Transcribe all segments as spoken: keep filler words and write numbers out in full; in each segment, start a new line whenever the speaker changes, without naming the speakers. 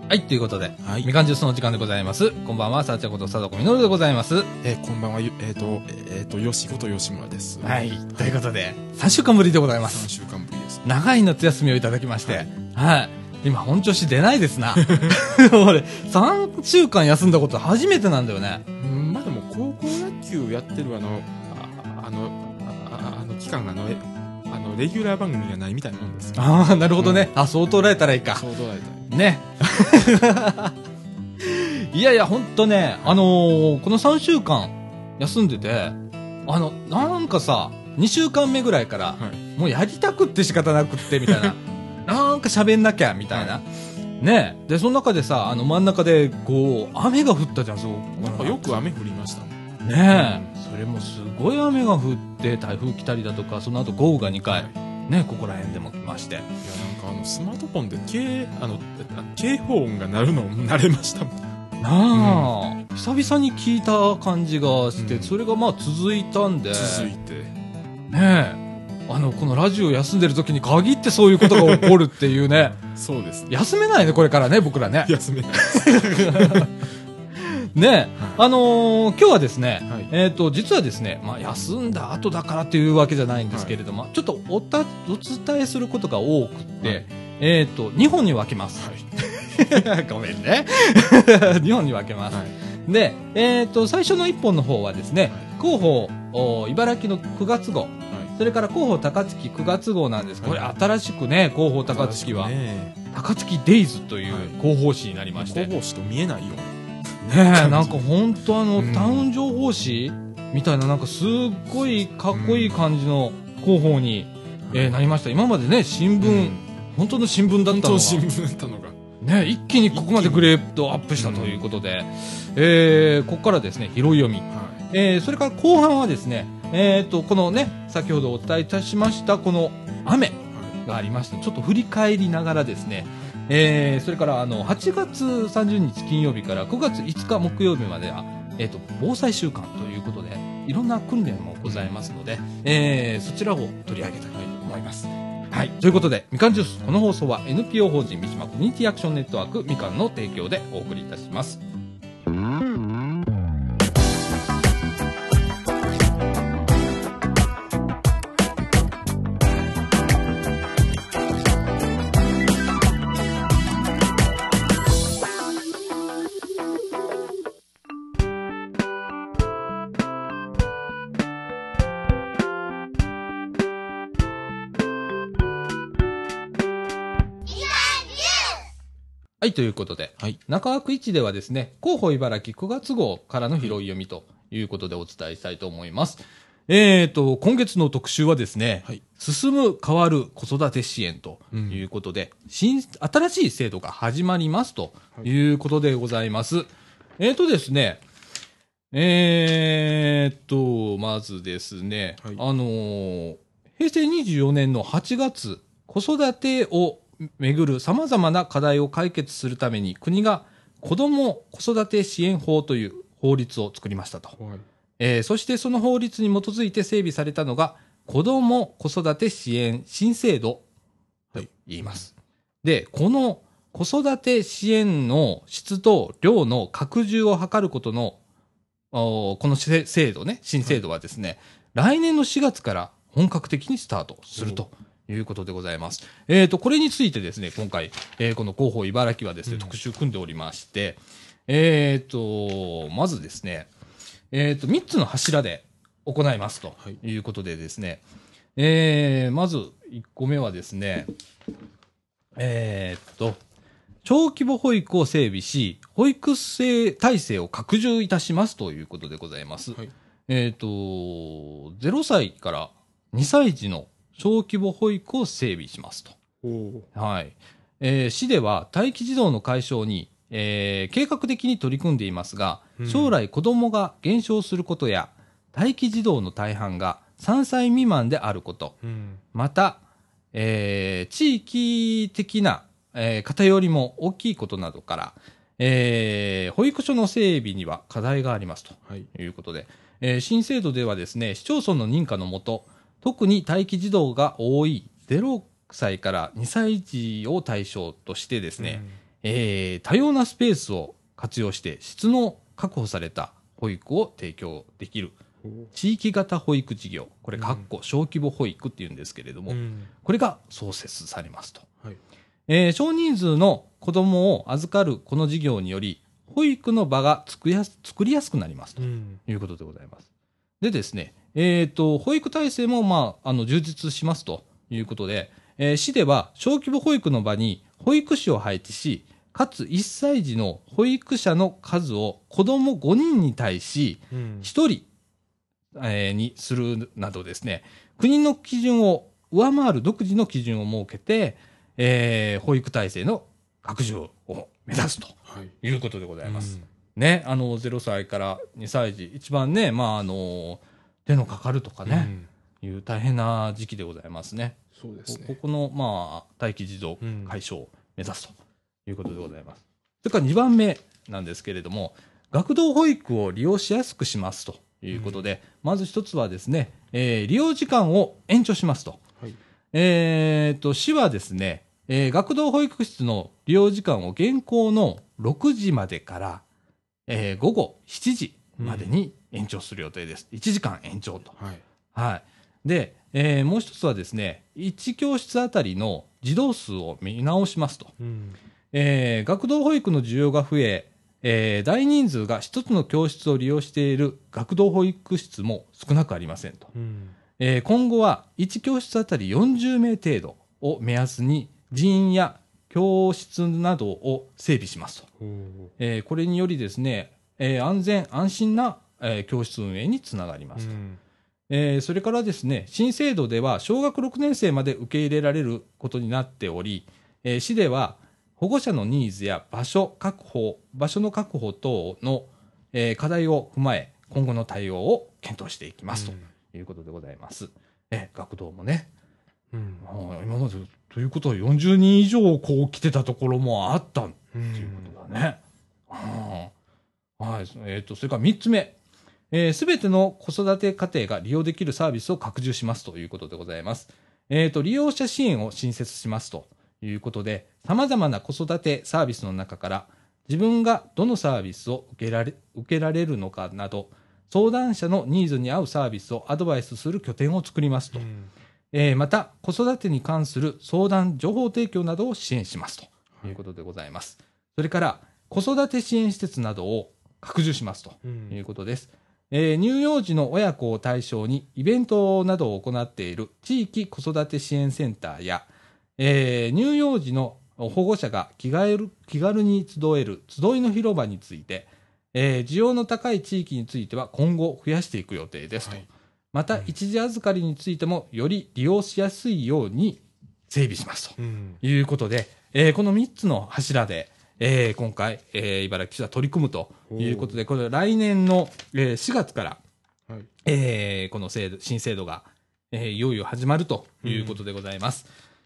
はい、ということで、
はい、
みかんジュースのお時間でございます。こんばんは、さあちゃんこと佐藤みのるでございます。
えー、こんばんは、えっ、ー、と、えっ、ー、と、よしこと吉村です。
はい、ということで、さんしゅうかんぶりでございます。
さんしゅうかんぶりです。
長い夏休みをいただきまして、はい、はい、今本調子出ないですな。俺、さんしゅうかん休んだこと初めてなんだよね。
うん、まあでも、高校野球やってるあの、あ, あの、あ, あの期間があの、あの、レギュラー番組がないみたいなもんです、ね。
ああ、なるほどね。うん、あ、そう捉えたらいいか。
そう捉えたらいい。
ね。いやいや、ほんとね、あのー、このさんしゅうかん休んでて、あの、なんかさ、にしゅうかんめぐらいから、はい、もうやりたくって仕方なくって、みたいな。なんか喋んなきゃ、みたいな。はい、ね。で、その中でさ、あの真ん中で、こう、雨が降ったじゃん、そう。
なんかよく雨降りましたね。
ねえ。うん、それもすごい雨が降って、台風来たりだとか、その後豪雨がにかい。はい、ね、ここら辺でも来まして。いや、
なんかあの、スマートフォンで、警、あの、警報音が鳴るの慣れましたもん。
なあ、うん、久々に聞いた感じがして、うん、それがまあ続いたんで。
続いて。
ねえ。あの、このラジオ休んでる時に限ってそういうことが起こるっていうね。
そうです、ね。
休めないね、これからね、僕らね。
休めない。
ねえ、はい、あのー、今日はですね、
はい、
えっ、ー、と、実はですね、まあ、休んだ後だからっていうわけじゃないんですけれども、はい、ちょっとおた、お伝えすることが多くって、はい、えっ、ー、と、にほんに分けます。はいごめんね。にほんに分けます。はい、で、えっ、ー、と、最初のいっぽんの方はですね、はい、広報、茨城のくがつ号、はい、それから広報高槻くがつ号なんです。これ新しくね、広報高槻は、ね、高槻デイズという広報誌になりまして。
広報誌と見えないよ。
ねえ、なんか本当あの、うん、タウン情報誌みたいな、なんかすっごいかっこいい感じの広報に、うん、えー、なりました。今までね、新聞、うん、本当の新聞だったのが。本当の新聞だったのが。ね、一気にここまでグレードアップしたということで、うん、えー、ここからですね、拾い読み、はい、えー、それから後半はですね、えーと、このね、先ほどお伝えいたしましたこの雨がありまして、ちょっと振り返りながらですね、えー、それからあのはちがつさんじゅうにち金曜日からくがついつか木曜日までは、えーと、防災週間ということで、いろんな訓練もございますので、えー、そちらを取り上げたいと思います。はい。ということで、みかんジュース。この放送は エヌピーオー 法人三島コミュニティアクションネットワークみかんの提供でお送りいたします。はい、ということで、はい、中枠いちではですね、広報茨城くがつ号からの拾い読みということでお伝えしたいと思います。えーと、今月の特集はですね、はい、進む変わる子育て支援ということで、うん、新、新しい制度が始まりますということでございます。はい、えーとですね、えーと、まずですね、はい、あのー、平成にじゅうよねんのはちがつ、子育てをめぐる様々な課題を解決するために国が子ども子育て支援法という法律を作りましたと。はい、えー、そしてその法律に基づいて整備されたのが子ども子育て支援新制度と言います。はい、で、この子育て支援の質と量の拡充を図ることのこの制度ね、新制度はですね、はい、来年のしがつから本格的にスタートすると。いうことでございます。えっと、これについてですね、今回、えー、この広報茨城はですね、うん、特集組んでおりまして、えっと、まずですね、えっと、みっつの柱で行いますということでですね、はい、えー、まずいっこめはですね、えっと、小規模保育を整備し、保育制体制を拡充いたしますということでございます。はい、えっと、ゼロさいからにさい児の小規模保育を整備しますと。はい。えー、市では待機児童の解消に、えー、計画的に取り組んでいますが、うん、将来子供が減少することや、待機児童の大半がさんさい未満であること、うん、また、えー、地域的な、えー、偏りも大きいことなどから、えー、保育所の整備には課題がありますということで、はい、えー、新制度ではですね、市町村の認可のもと、特に待機児童が多いゼロさいからにさい児を対象としてですね、 えー多様なスペースを活用して質の確保された保育を提供できる地域型保育事業、これ、かっこ小規模保育っていうんですけれども、
うん、
これが創設されますと。
はい。
えー少人数の子どもを預かるこの事業により、保育の場が作りやす作りやすくなりますと
うん、
いうことでございます。でですね、えっと、保育体制も、まあ、あの、充実しますということで、えー市では小規模保育の場に保育士を配置し、かついっさい児の保育者の数を子どもごにんに対し
うん
ひとり、えーにするなどですね、国の基準を上回る独自の基準を設けて、えー保育体制の拡充を目指すと
はい。
いうことでございます。
うん
ね、あの、ゼロさいからにさい児、一番ね、まあ、あの、手のかかるとかね、
うん
いう大変な時期でございますね。
そうですね。
ここの、まあ、待機児童
うん
解消を目指すということでございます。それからにばんめなんですけれども、学童保育を利用しやすくしますということで、まず一つはですね、えー利用時間を延長しますと。
はい。
えーと、市はですね、えー学童保育室の利用時間を現行のろくじまでから、えー午後しちじまでに延長する予定です。いちじかん延長と。
はい。
はい。で、えーもう一つはですね、いち教室あたりの児童数を見直しますと。
うん。
えー学童保育の需要が増え、えー大人数が一つの教室を利用している学童保育室も少なくありませんと。
うん。
えー今後はいち教室あたりよんじゅうめい程度を目安に人員や教室などを整備しますと。
おー
えーこれによりですね、えー安全安心な、えー教室運営につながりますと。
うん
えーそれからですね、新制度では小学ろくねん生まで受け入れられることになっており、えー市では保護者のニーズや場所確保、場所の確保等の、えー課題を踏まえ、今後の対応を検討していきますということでございます。えー学童もね、
うん
あー今までということはよんじゅうにん以上こう来てたところもあったっ
うん
ていうことだね。あーはい、えっ、と、それからみっつめ。す、えー、べ、ての子育て家庭が利用できるサービスを拡充しますということでございます。えっ、と、利用者支援を新設しますということで、様々な子育てサービスの中から、自分がどのサービスを受けられ、受けられるのかなど、相談者のニーズに合うサービスをアドバイスする拠点を作りますと。
うん
えーまた、子育てに関する相談、情報提供などを支援しますということでございます。それから、子育て支援施設などを拡充しますと
うん
いうことです。えー乳幼児の親子を対象にイベントなどを行っている地域子育て支援センターや、えー乳幼児の保護者が気軽気軽に集える集いの広場について、えー需要の高い地域については今後増やしていく予定ですと。
はい
また、一時預かりについてもより利用しやすいように整備しますと
うん
いうことで、えーこのみっつの柱で、えー今回、えー茨城市は取り組むということで、これ来年の、えーしがつから、
はい
えーこの制度、新制度が、えーいよいよ始まるということでございます。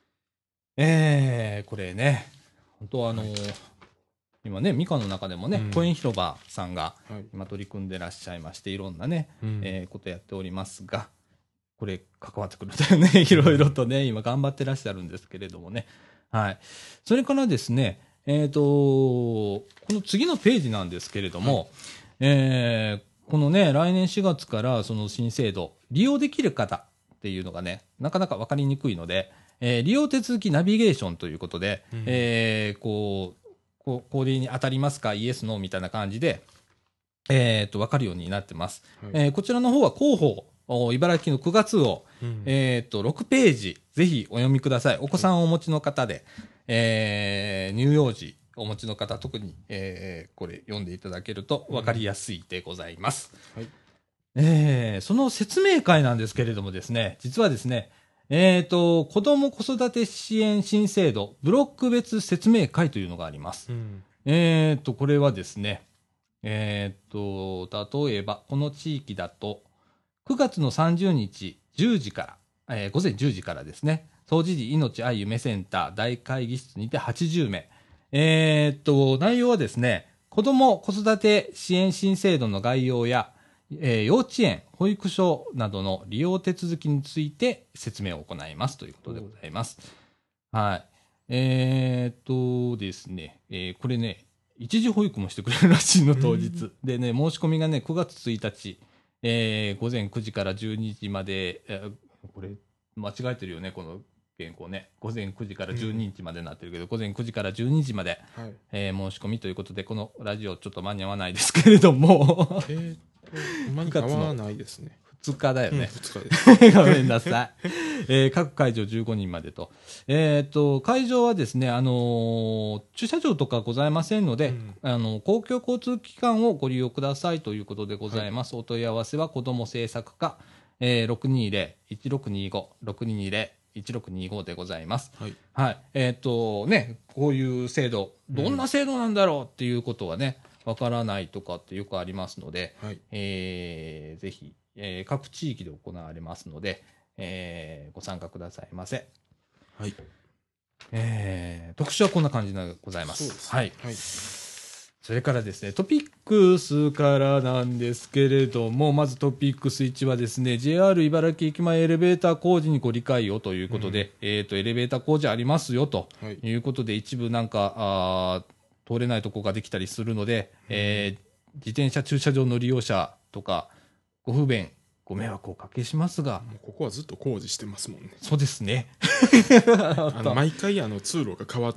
えーこれね、本当はあのー今ね、みかんの中でもね、
うん
コイン広場さんが
はい
今取り組んでらっしゃいまして、いろんなね、
うん
えーことやっておりますが、これ関わってくるんだよね。いろいろとね、今頑張ってらっしゃるんですけれどもね。はい。それからですね、えっ、と、この次のページなんですけれども、えーこのね、来年しがつからその新制度、利用できる方っていうのがね、なかなかわかりにくいので、えー利用手続きナビゲーションということで、
うん
えーこう、こう、これに当たりますか、イエス、ノーみたいな感じで、えっ、と、わかるようになってます。
はい
えーこちらの方は広報、お茨城のくがつを、
うん
えっ、と、ろくページ、ぜひお読みください。お子さんをお持ちの方で、えー乳幼児お持ちの方、特に、えーこれ読んでいただけると分かりやすいでございます。
はい
えーその説明会なんですけれどもですね、実はですね、えっ、と、子ども子育て支援新制度、ブロック別説明会というのがあります。
うん
えっ、と、これはですね、えっ、と、例えば、この地域だと、くがつのさんじゅうにちじゅうじから、えー午前じゅうじからですね、総持寺命愛夢センター大会議室にてはちじゅうめい。えっ、と、内容はですね、子ども子育て支援新制度の概要や、えー幼稚園、保育所などの利用手続きについて説明を行いますということでございます。はい。 えー、っとですね、えー、これね、一時保育もしてくれるらしいの、当日。でね、申し込みがね、くがつついたち、えー、ごぜんくじからじゅうにじまで、えー、これ、間違えてるよね、この原稿ね。ごぜんくじからじゅうにじまでになってるけど、うん、ごぜんくじからじゅうにじまで、はい、えー、申し込みということで、このラジオちょっと間に合わないですけれども。
えー間に合わないですね。
ふつかだよね。
うん、ふつかです。
ごめんなさい。えー、各会場じゅうごにんまでと。えっ、ー、と、会場はですね、あのー、駐車場とかございませんので、うん、あの、公共交通機関をご利用くださいということでございます。はい、お問い合わせは子ども政策課、えー、ろくにーぜろ いちろくにご、ろくにーぜろ いちろくにごでございます。はい。はい。えっ、ー、と、ね、こういう制度、どんな制度なんだろうっていうことはね、わからないとかってよくありますので、はい、えー、ぜひ、えー、各地域で行われますので、えー、ご参加くださいませ。はい。えー、特集はこんな感じでございます。そうです。はい。はい。それからですね、トピックスからなんですけれども、まずトピックスいちはですね、ジェイアール 茨城駅前エレベーター工事にご理解をということで、うん、えっと、エレベーター工事ありますよということで、はい、一部なんか、あ通れないとこができたりするので、うん、えー、自転車駐車場の利用者とか、ご不便、ご迷惑をおかけしますが。
もうここはずっと工事してますもんね。
そうですね。
あの毎回あの通路が変わって。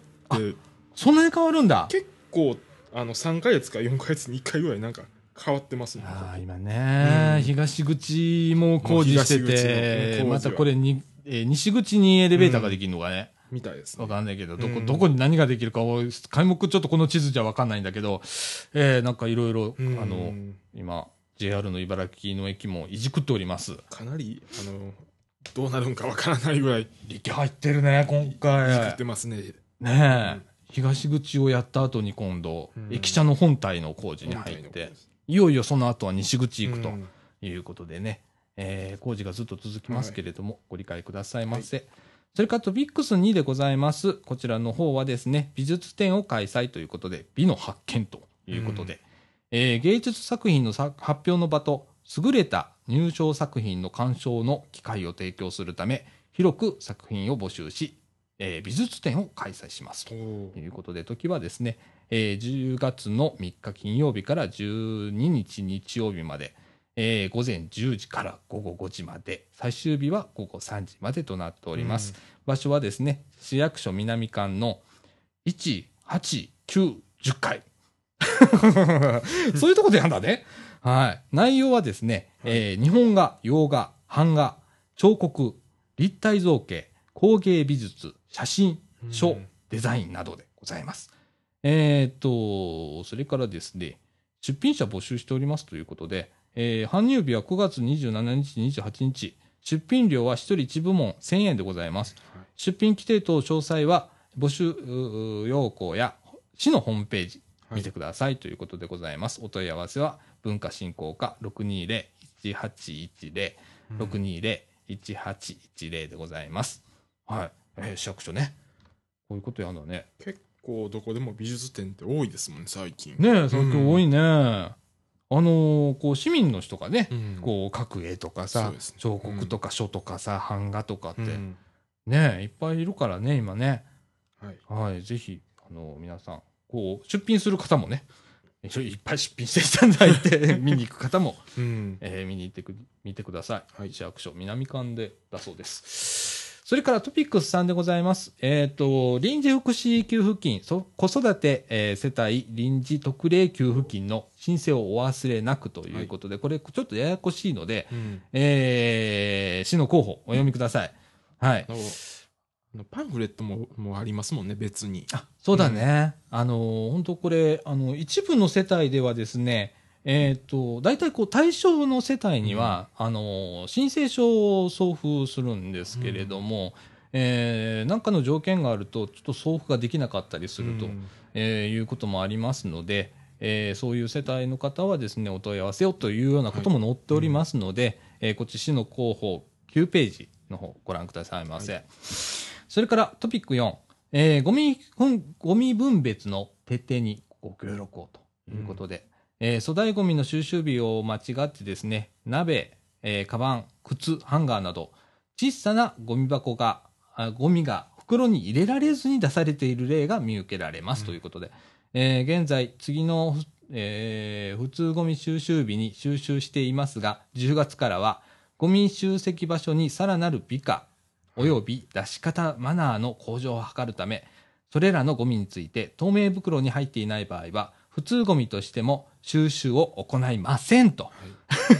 そんなに変わるんだ。
結構、あのさんかげつかよんかげつにいっかいぐらいなんか変わってますね。
あ今ね、うん、東口も工事してて、またこれに、えー、西口にエレベーターができるのがね。
うん、みたいですね。
わかんないけど、どこ、うん、どこに何ができるかを、開目ちょっとこの地図じゃわかんないんだけど、えー、なんかいろいろ、あの、今、ジェイアール の茨城の駅もいじくっております。
かなり、あの、どうなるんかわからないぐらい。
力入ってるね、今回。
いじくってますね。
ねえ、うん、東口をやった後に今度、うん、駅舎の本体の工事に入って、いよいよその後は西口行くということでね、うん、えー、工事がずっと続きますけれども、はい、ご理解くださいませ。はい、それからトピックスにでございます。こちらの方はですね、美術展を開催ということで、美の発見ということで、うん、えー、芸術作品の発表の場と優れた入賞作品の鑑賞の機会を提供するため、広く作品を募集し、えー、美術展を開催しますということで、時はですね、えー、じゅうがつのみっか金曜日からじゅうににち日曜日まで、えー、ごぜんじゅうじからごごごじまで、最終日はごごさんじまでとなっております。うん、場所はですね、市役所南館のいち、はち、きゅう、じゅっかい。そういうとこでやんだね。はい。内容はですね、はい、えー、日本画、洋画、版画、彫刻、立体造形、工芸美術、写真、書、デザインなどでございます。えっと、それからですね、出品者募集しておりますということで、えー、搬入日はくがつにじゅうしちにち、にじゅうはちにち、出品料はひとりいちぶもんせんえんでございます。はい、出品規定等詳細は募集要項や市のホームページ見てくださいということでございます。はい、お問い合わせは文化振興課 ろくにーぜろ いちはちいちぜろ ろくにーぜろ いちはちいちぜろ でございます。はい。えー、市役所ね。こういうことやんだね。
結構どこでも美術展って多いですもんね、最近。
ねえ、最近多いね。うん、あのー、こう市民の人がね、うん、こう描く絵とかさ、ね、彫刻とか書とかさ、版画とかって、うん、ねえ、いっぱいいるからね、今ね。はい。はい。ぜひ、あのー、皆さん、こう、出品する方もね、いっぱい出品していただいて、見に行く方も、うん、えー、見に行ってく、見てください。はい、市役所南館でだそうです。それからトピックスさんでございます。えっ、ー、と、臨時福祉給付金、子育て、えー、世帯臨時特例給付金の申請をお忘れなくということで、はい、これちょっとややこしいので、うん、えー、市の候補お読みください。はい。
パンフレットも、もありますもんね、別に。
あ、そうだね。うん、あの、本当これ、あの、一部の世帯ではですね、えっ、ー、と、大体こう対象の世帯には、うん、あの、申請書を送付するんですけれども、うん、えー、なんかの条件があると、ちょっと送付ができなかったりすると、うん、えー、いうこともありますので、えー、そういう世帯の方はですね、お問い合わせをというようなことも載っておりますので、はい、うん、えー、こっち市の広報きゅうページの方ご覧くださいませ。はい、それからトピックよん、えー、ゴミ、ゴミ分別の徹底にご協力をということで、うん、えー、粗大ゴミの収集日を間違ってですね、鍋、えー、カバン、靴、ハンガーなど、小さなゴミ箱が、ゴミが袋に入れられずに出されている例が見受けられますということで、うん、えー、現在、次の、えー、普通ゴミ収集日に収集していますが、じゅうがつからは、ゴミ集積場所にさらなる美化及び出し方マナーの向上を図るため、それらのゴミについて透明袋に入っていない場合は、普通ゴミとしても収集を行いませんと、はい、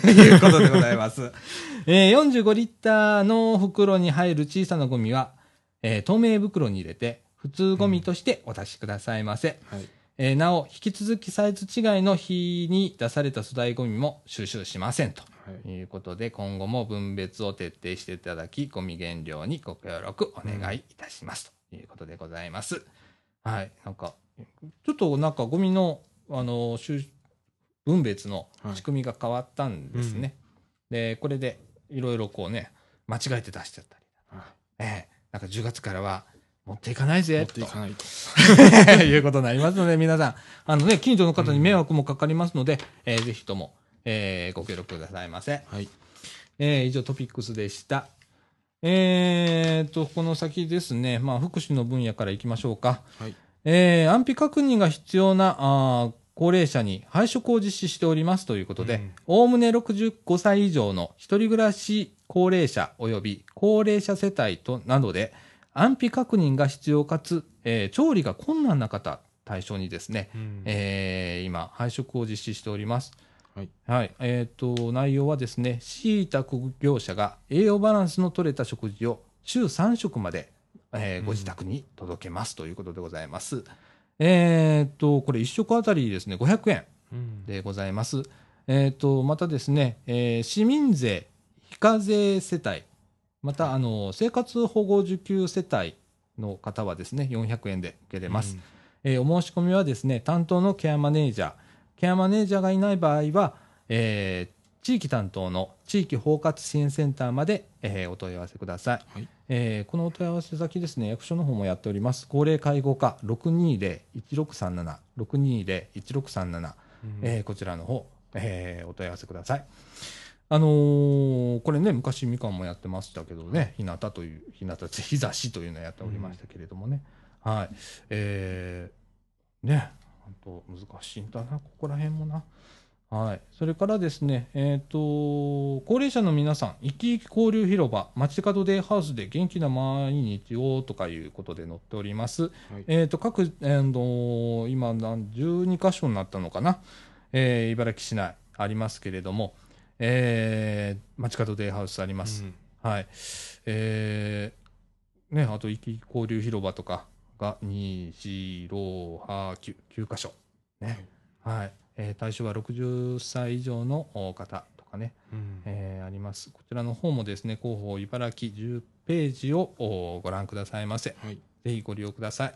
いうことでございます。えー、よんじゅうごリッターの袋に入る小さなゴミは、えー、透明袋に入れて普通ゴミとしてお出しくださいませ。うん、はい、えー、なお、引き続きサイズ違いの日に出された粗大ゴミも収集しませんと。ということで、今後も分別を徹底していただき、ゴミ減量にご協力お願いいたします、うん、ということでございます。はい。なんか、ちょっとなんかゴミの、あの、分別の仕組みが変わったんですね。はい、うん、で、これでいろいろこうね、間違えて出しちゃったり。はい、ええー、なんかじゅうがつからは、持っていかないぜ、
持っていかないと。
いうことになりますので、皆さん、あのね、近所の方に迷惑もかかりますので、うん、えー、ぜひとも、えー、ご協力くださいませ。はい。えー、以上トピックスでした。えーと、この先ですね、まあ、福祉の分野からいきましょうか。はい。えー、安否確認が必要な、あ高齢者に配食を実施しておりますということで、おおむねろくじゅうごさい以上の一人暮らし高齢者及び高齢者世帯となどで、安否確認が必要かつ、えー、調理が困難な方対象にですね、うん、えー、今、配食を実施しております。はい。はい。えっと、内容はですね、市委託業者が栄養バランスの取れた食事を週さん食まで、えー、ご自宅に届けますということでございます。うん、えっと、これいっ食あたりですね、ごひゃくえんでございます。うん、えっと、またですね、えー、市民税非課税世帯、また、あの、生活保護受給世帯の方はですね、よんひゃくえんで受けれます。うん、えー、お申し込みはですね、担当のケアマネージャー、ケアマネージャーがいない場合は、えー、地域担当の地域包括支援センターまで、えー、お問い合わせください。はい、えー、このお問い合わせ先ですね、役所の方もやっております。高齢介護課 ろくにーぜろ いちろくさんなな、ろくにーぜろ いちろくさんなな、うん、えー、こちらの方、えー、お問い合わせください。あのー、これね、昔みかんもやってましたけどね、日向という、日向、日差しというのをやっておりましたけれどもね。うん、はい。えー、ね、本当難しいんだな、ここら辺もな。はい。それからですね、えっと、高齢者の皆さん、生き生き交流広場、街角デイハウスで元気な毎日をとかいうことで載っております。はい、えっと、各、えーと、今、じゅうに箇所になったのかな、えー、茨城市内ありますけれども、えー、街角デイハウスあります。うん、はい。えー、ね、あと、生き生き交流広場とかがに、よん、ろく、はち、きゅう箇所。ね。はい。はい、えー、対象はろくじゅっさい以上の方とかね、うん、えー、あります。こちらの方もですね、広報茨城じゅうページをご覧くださいませ。はい、ぜひご利用ください。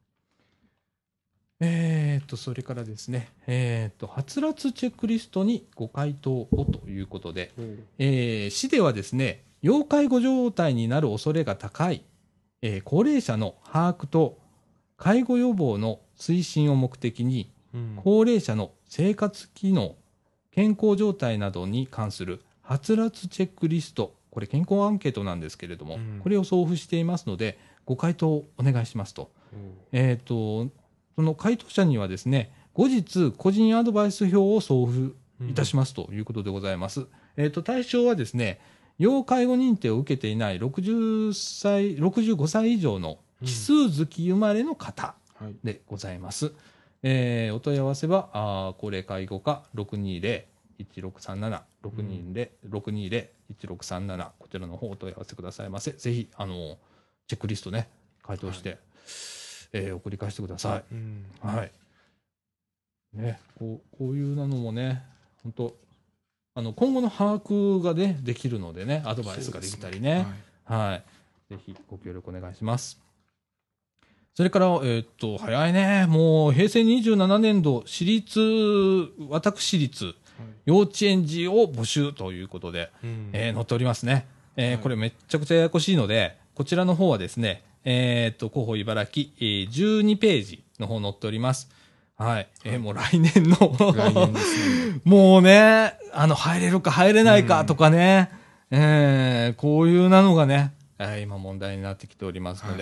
えー、と、それからですね、えー、と、はつらつチェックリストにご回答をということで、うん、えー、市ではですね、要介護状態になる恐れが高い、えー、高齢者の把握と介護予防の推進を目的に、うん、高齢者の生活機能、健康状態などに関するはつらつチェックリスト、これ健康アンケートなんですけれども、うん、これを送付していますので、ご回答お願いしますと。うん、えっと、その回答者にはですね、後日個人アドバイス表を送付いたしますということでございます。うん、えっと、対象はですね、要介護認定を受けていないろくじゅっさい、ろくじゅうごさい以上の奇数月生まれの方でございます。うん、はい、えー、お問い合わせは、あ高齢介護課 ろくにーぜろ いちろくさんなな、ろくにーぜろ ろくにーぜろ いちろくさんなな、こちらの方お問い合わせくださいませ。ぜひ、あの、チェックリストね、回答して、はい、えー、送り返してください。うん、はい。ね、こう、こういうのもね、本当あの、今後の把握がね、できるのでね、アドバイスができたりね。はい、はい。ぜひ、ご協力お願いします。それから、えー、っと、早いね。もう、へいせいにじゅうななねんど、私立、私立、はい、幼稚園児を募集ということで、うん、えー、載っておりますね。えーはい、これめちゃくちゃややこしいので、こちらの方はですね、えー、っと、広報茨城、えー、じゅうにページの方載っております。はい。えー、もう来年の来年ですね。もうね、あの、入れるか入れないかとかね、うん、えー、こういうなのがね、えー、今問題になってきておりますので、はい、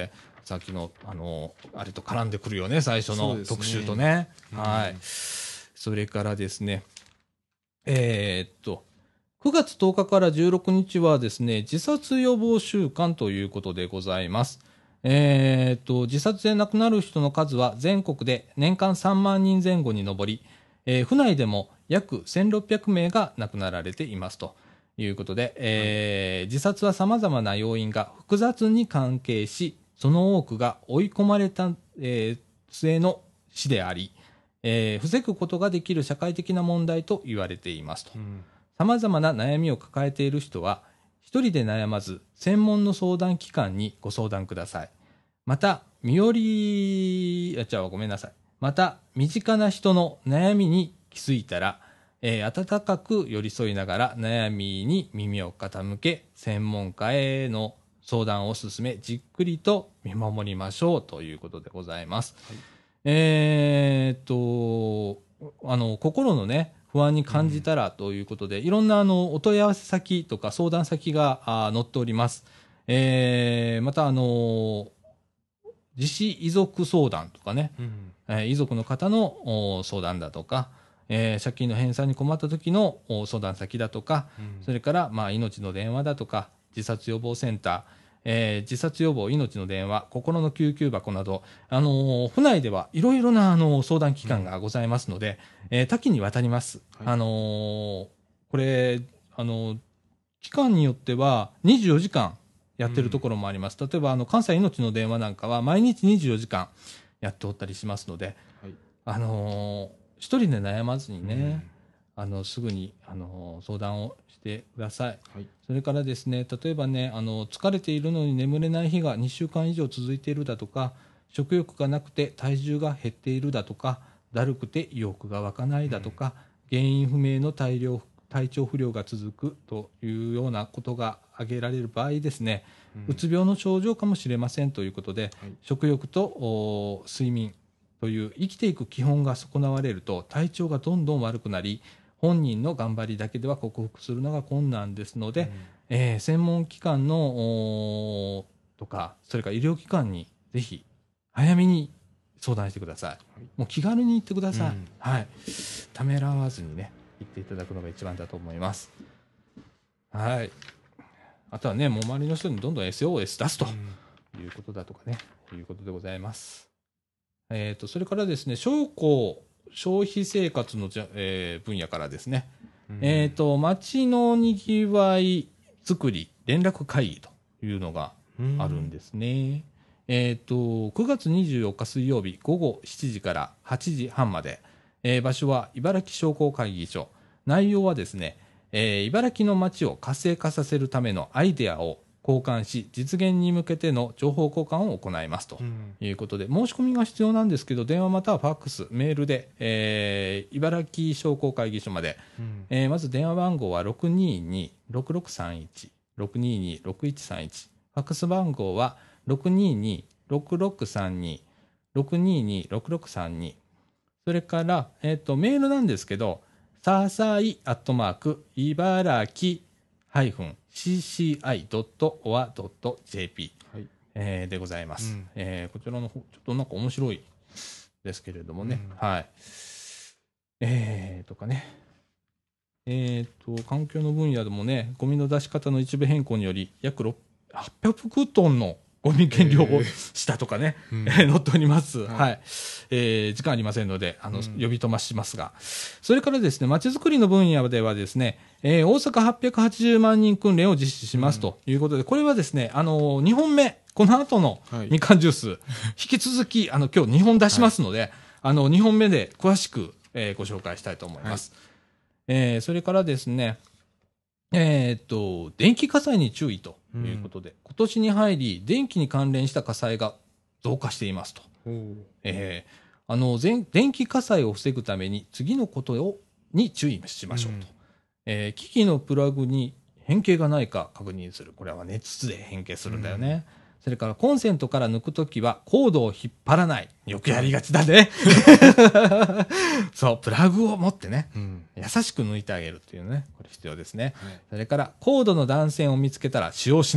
さっきの、あの、あれと絡んでくるよね、最初の特集とね。はい。それからですね、えー、っと、くがつとおかからじゅうろくにちはですね、自殺予防週間ということでございます。えー、っと、自殺で亡くなる人の数は全国で年間さんまんにんぜん後に上り、えー、府内でも約せんろっぴゃくめいが亡くなられていますということで、えーはい、自殺は様々な要因が複雑に関係し、その多くが追い込まれた、えー、末の死であり、えー、防ぐことができる社会的な問題と言われていますと。うん様々な悩みを抱えている人は、一人で悩まず、専門の相談機関にご相談ください。また、身寄り、あ、じゃあごめんなさい。また、身近な人の悩みに気づいたら、えー、温かく寄り添いながら悩みに耳を傾け、専門家への相談を進め、じっくりと見守りましょうということでございます。はい、えーっと、あの、心のね、不安に感じたらということで、うん、いろんなあのお問い合わせ先とか相談先があ載っております。えー、またあの自死遺族相談とかね、うんえー、遺族の方の相談だとか、えー、借金の返済に困った時の相談先だとか、うん、それからまあ命の電話だとか自殺予防センター、えー、自殺予防命の電話、心の救急箱など、あのー、府内ではいろいろなあの相談機関がございますので、うんえー、多岐にわたります。はい、あのー、これ、あのー、期間によってはにじゅうよじかんやってるところもあります。うん、例えばあの関西命の電話なんかは毎日にじゅうよじかんやっておったりしますので、はい、あのー、一人で悩まずにね、うん、あのすぐにあの相談をしてください。はい、それからですね、例えばね、あの疲れているのに眠れない日がにしゅうかん以上続いているだとか、食欲がなくて体重が減っているだとか、だるくて意欲が湧かないだとか、うん、原因不明の体量体調不良が続くというようなことが挙げられる場合ですね、うん、うつ病の症状かもしれませんということで、はい、食欲と睡眠という生きていく基本が損なわれると体調がどんどん悪くなり、本人の頑張りだけでは克服するのが困難ですので、うんえー、専門機関のとか、それから医療機関にぜひ早めに相談してください。はい、もう気軽に行ってください。うん、はい。ためらわずにね、行っていただくのが一番だと思います。はい。あとはね、もう周りの人にどんどん エスオーエス 出すということだとかね、うん、いうことでございます。えっと、それからですね、商工消費生活のじゃ、えー、分野からですね、うん、えっと、街のにぎわい作り連絡会議というのがあるんですね。うん、えっと、くがつにじゅうよっか水曜日ごごしちじからはちじはんまで、えー、場所は茨城商工会議所。内容はですね、えー、茨城の街を活性化させるためのアイデアを交換し、実現に向けての情報交換を行いますということで、うん、申し込みが必要なんですけど、電話またはファックス、メールで、えー、茨城商工会議所まで、うんえー、まず電話番号は ろくにーにーろくろくさんいち、ろくにーにーろくいちさんいち、ファックス番号は ろくにーにーろくろくさんに、ろくにーにーろくろくさんに、それから、えっと、メールなんですけど、ささいアットマーク、茨城ハイフン シーシーアイドットオアドットジェーピー、はいえー、でございます、うんえー。こちらの方、ちょっとなんか面白いですけれどもね。うん、はい。えーとかね。えーと、環境の分野でもね、ゴミの出し方の一部変更により、約はっぴゃくトンのゴミ減量をしたとかね、えーうん、載っております。はい、はいえー。時間ありませんので、あの、うん、呼び飛ばしますが。それからですね、まちづくりの分野ではですね、えー、大阪はっぴゃくはちじゅうまんにん訓練を実施しますということで、うん、これはですね、あの、にほんめ、この後のみかんジュース、はい、引き続き、あの、今日にほん出しますので、はい、あの、にほんめで詳しく、えー、ご紹介したいと思います。はいえー、それからですね、えー、っと、電気火災に注意ということで、うん、今年に入り、電気に関連した火災が増加していますと。えー、あの、電気火災を防ぐために次のことをに注意しましょうと。うんえー、機器のプラグに変形がないか確認する。これは熱で変形するんだよね。うんそれからコンセントから抜くときはコードを引っ張らない。よくやりがちだね。そう、プラグを持ってね、うん、優しく抜いてあげるっていうね、これ必要ですね。はい、それからコードの断線を見つけたら使用しない。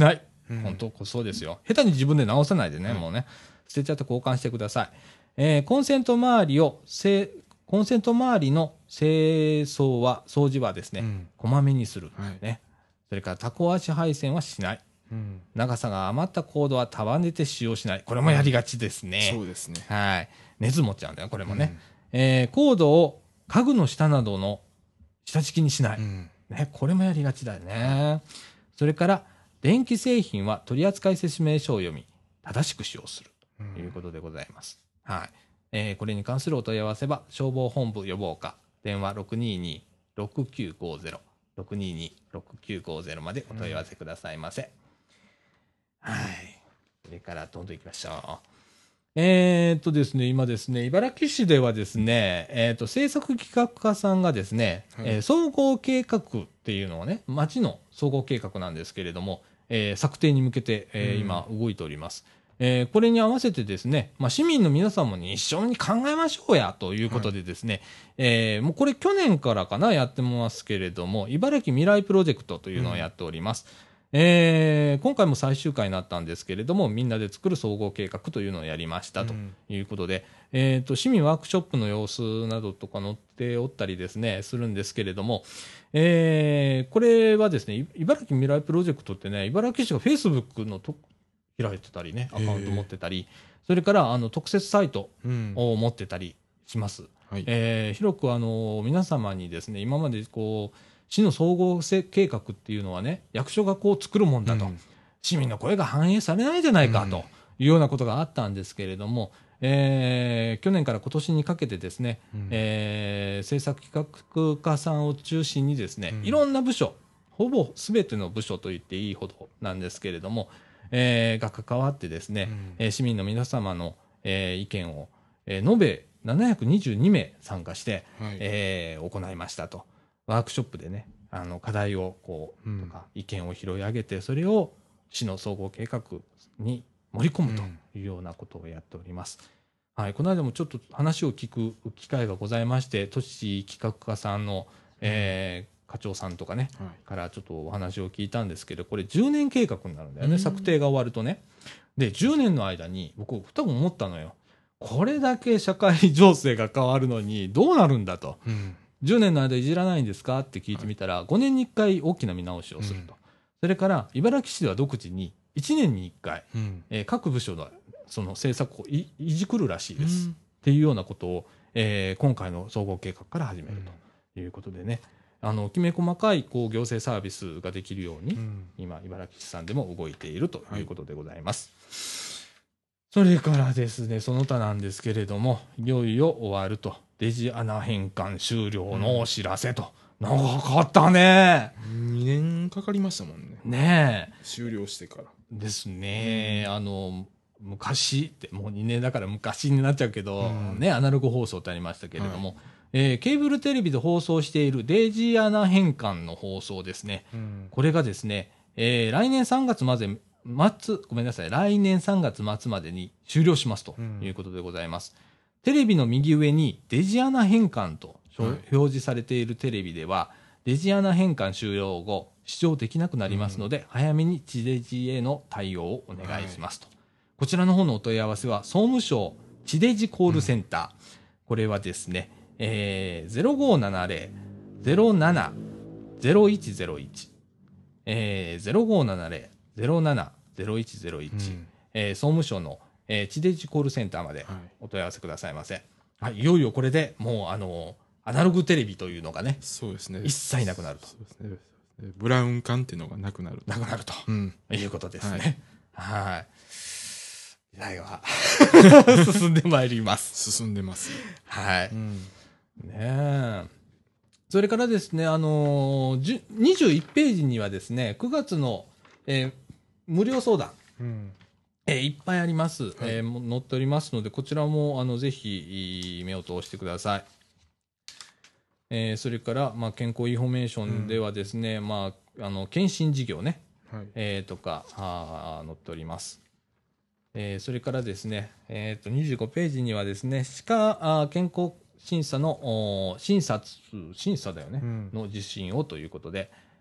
うん、
本当そうですよ。下手に自分で直さないでね、
はい、
もうね、捨てちゃって交換してください。えー、コンセント周りを、コンセント周りの清掃は、掃除はですね、
うん、
こまめにする。
はい、
ね。それからタコ足配線はしない。
うん、
長さが余ったコードは束ねて使用しない。これもやりがちですね。
そうですね。
はい。熱持っちゃうんだよ、これもね。
うん、
えー、コードを家具の下などの下敷きにしない。
うん、
ね、これもやりがちだよね。それから、電気製品は取扱説明書を読み、正しく使用するということでございます。うん、はい。えー、これに関するお問い合わせは、消防本部予防課、電話 ろくにーにーろくきゅうごゼロ、ろくにーにーろくきゅうごゼロ までお問い合わせくださいませ。うん、はい。それから、どんどん行きましょう。えー、っとですね、今ですね、茨城市ではですね、えー、っと、制作企画課さんがですね、はい、えー、総合計画っていうのをね、町の総合計画なんですけれども、えー、策定に向けて、えー、今動いております。えー、これに合わせてですね、まあ、市民の皆さんも一緒に考えましょうやということでですね、はい、えー、もうこれ去年からかな、やってますけれども、茨城未来プロジェクトというのをやっております。うん、えー、今回も最終回になったんですけれども、みんなで作る総合計画というのをやりましたということで、うん、えーと、市民ワークショップの様子などとか載っておったりですね、するんですけれども、えー、これはですね、茨城未来プロジェクトってね、茨城市が Facebook のと開いてたりね、アカウント持ってたり、それからあの特設サイトを持ってたりします。うん、はい、えー、広くあの皆様にですね、今までこう、市の総合計画っていうのはね、役所がこう作るもんだと、うん、市民の声が反映されないんじゃないかというようなことがあったんですけれども、えー、去年から今年にかけてですね、うん、えー、政策企画課さんを中心にですね、うん、いろんな部署、ほぼすべての部署と言っていいほどなんですけれども、えー、が関わってですね、うん、市民の皆様の、えー、意見を、えー、延べななひゃくにじゅうにめい参加して、はい、えー、行いましたと。ワークショップでね、あの課題をこう、うん、とか意見を拾い上げて、それを市の総合計画に盛り込むというようなことをやっております。うん、はい、この間もちょっと話を聞く機会がございまして、都市企画課さんの、えー課長さんとかね、はい、からちょっとお話を聞いたんですけど、これじゅうねん計画になるんだよね、策定が終わるとね。で、じゅうねんの間に僕、多分思ったのよ。これだけ社会情勢が変わるのにどうなるんだと。うん、じゅうねんの間いじらないんですかって聞いてみたら、はい、ごねんにいっかい大きな見直しをすると。うん、それから、茨城市では独自にいちねんにいっかい、うん、えー、各部署のその政策を い, いじくるらしいです、うん。っていうようなことを、えー、今回の総合計画から始めるということでね。あのきめ細かいこう行政サービスができるように、うん、今、茨城市さんでも動いているということでございます。はい、それからですね、その他なんですけれども、いよいよ終わると。デジアナ返還終了のお知らせと。うん、長かったね。
にねんかかりましたもんね。
ねえ。
終了してから。
ですね。うん、あの、昔って、もうにねんだから昔になっちゃうけど、うん、ね、アナログ放送ってありましたけれども、はい、えー、ケーブルテレビで放送しているデジアナ返還の放送ですね。うん、これがですね、えー、来年さんがつまで、末、ごめんなさい、来年さんがつ末までに終了しますということでございます。うん、テレビの右上にデジアナ返還と表示されているテレビでは、はい、デジアナ返還終了後、視聴できなくなりますので、うん、早めに地デジへの対応をお願いしますと。はい、こちらの方のお問い合わせは、総務省地デジコールセンター。うん、これはですね、えー、ゼロごーななゼロ ゼロなな ゼロいちゼロいち、えー、ゼロごーななゼロ ゼロなな ゼロいちゼロいち、うん、えー、総務省の、えー、地デジコールセンターまでお問い合わせくださいませ。はい、はい、いよいよこれでもうあのアナログテレビというのがね、
そうですね、
一切なくなると。
そうですね、ブラウン管っていうのがなくなる。
なくなると、うん、いうことですね。はい。はい、時代は進んでまいります。
進んでます。
はい。うん、ねえ。それからですね、あのー、にじゅういちページにはですね、くがつの、えー、無料相談、うん、えー、いっぱいあります、はい、えー、載っておりますので、こちらもあのぜひ目を通してください。えー、それから、まあ、健康インフォメーションではですね、うん、まあ、あの検診事業ね、はい、えー、とかあ載っております。えー、それからですね、えー、とにじゅうごページにはですね、歯科健康審査の審査、審査だよね、うん、の受診をということで、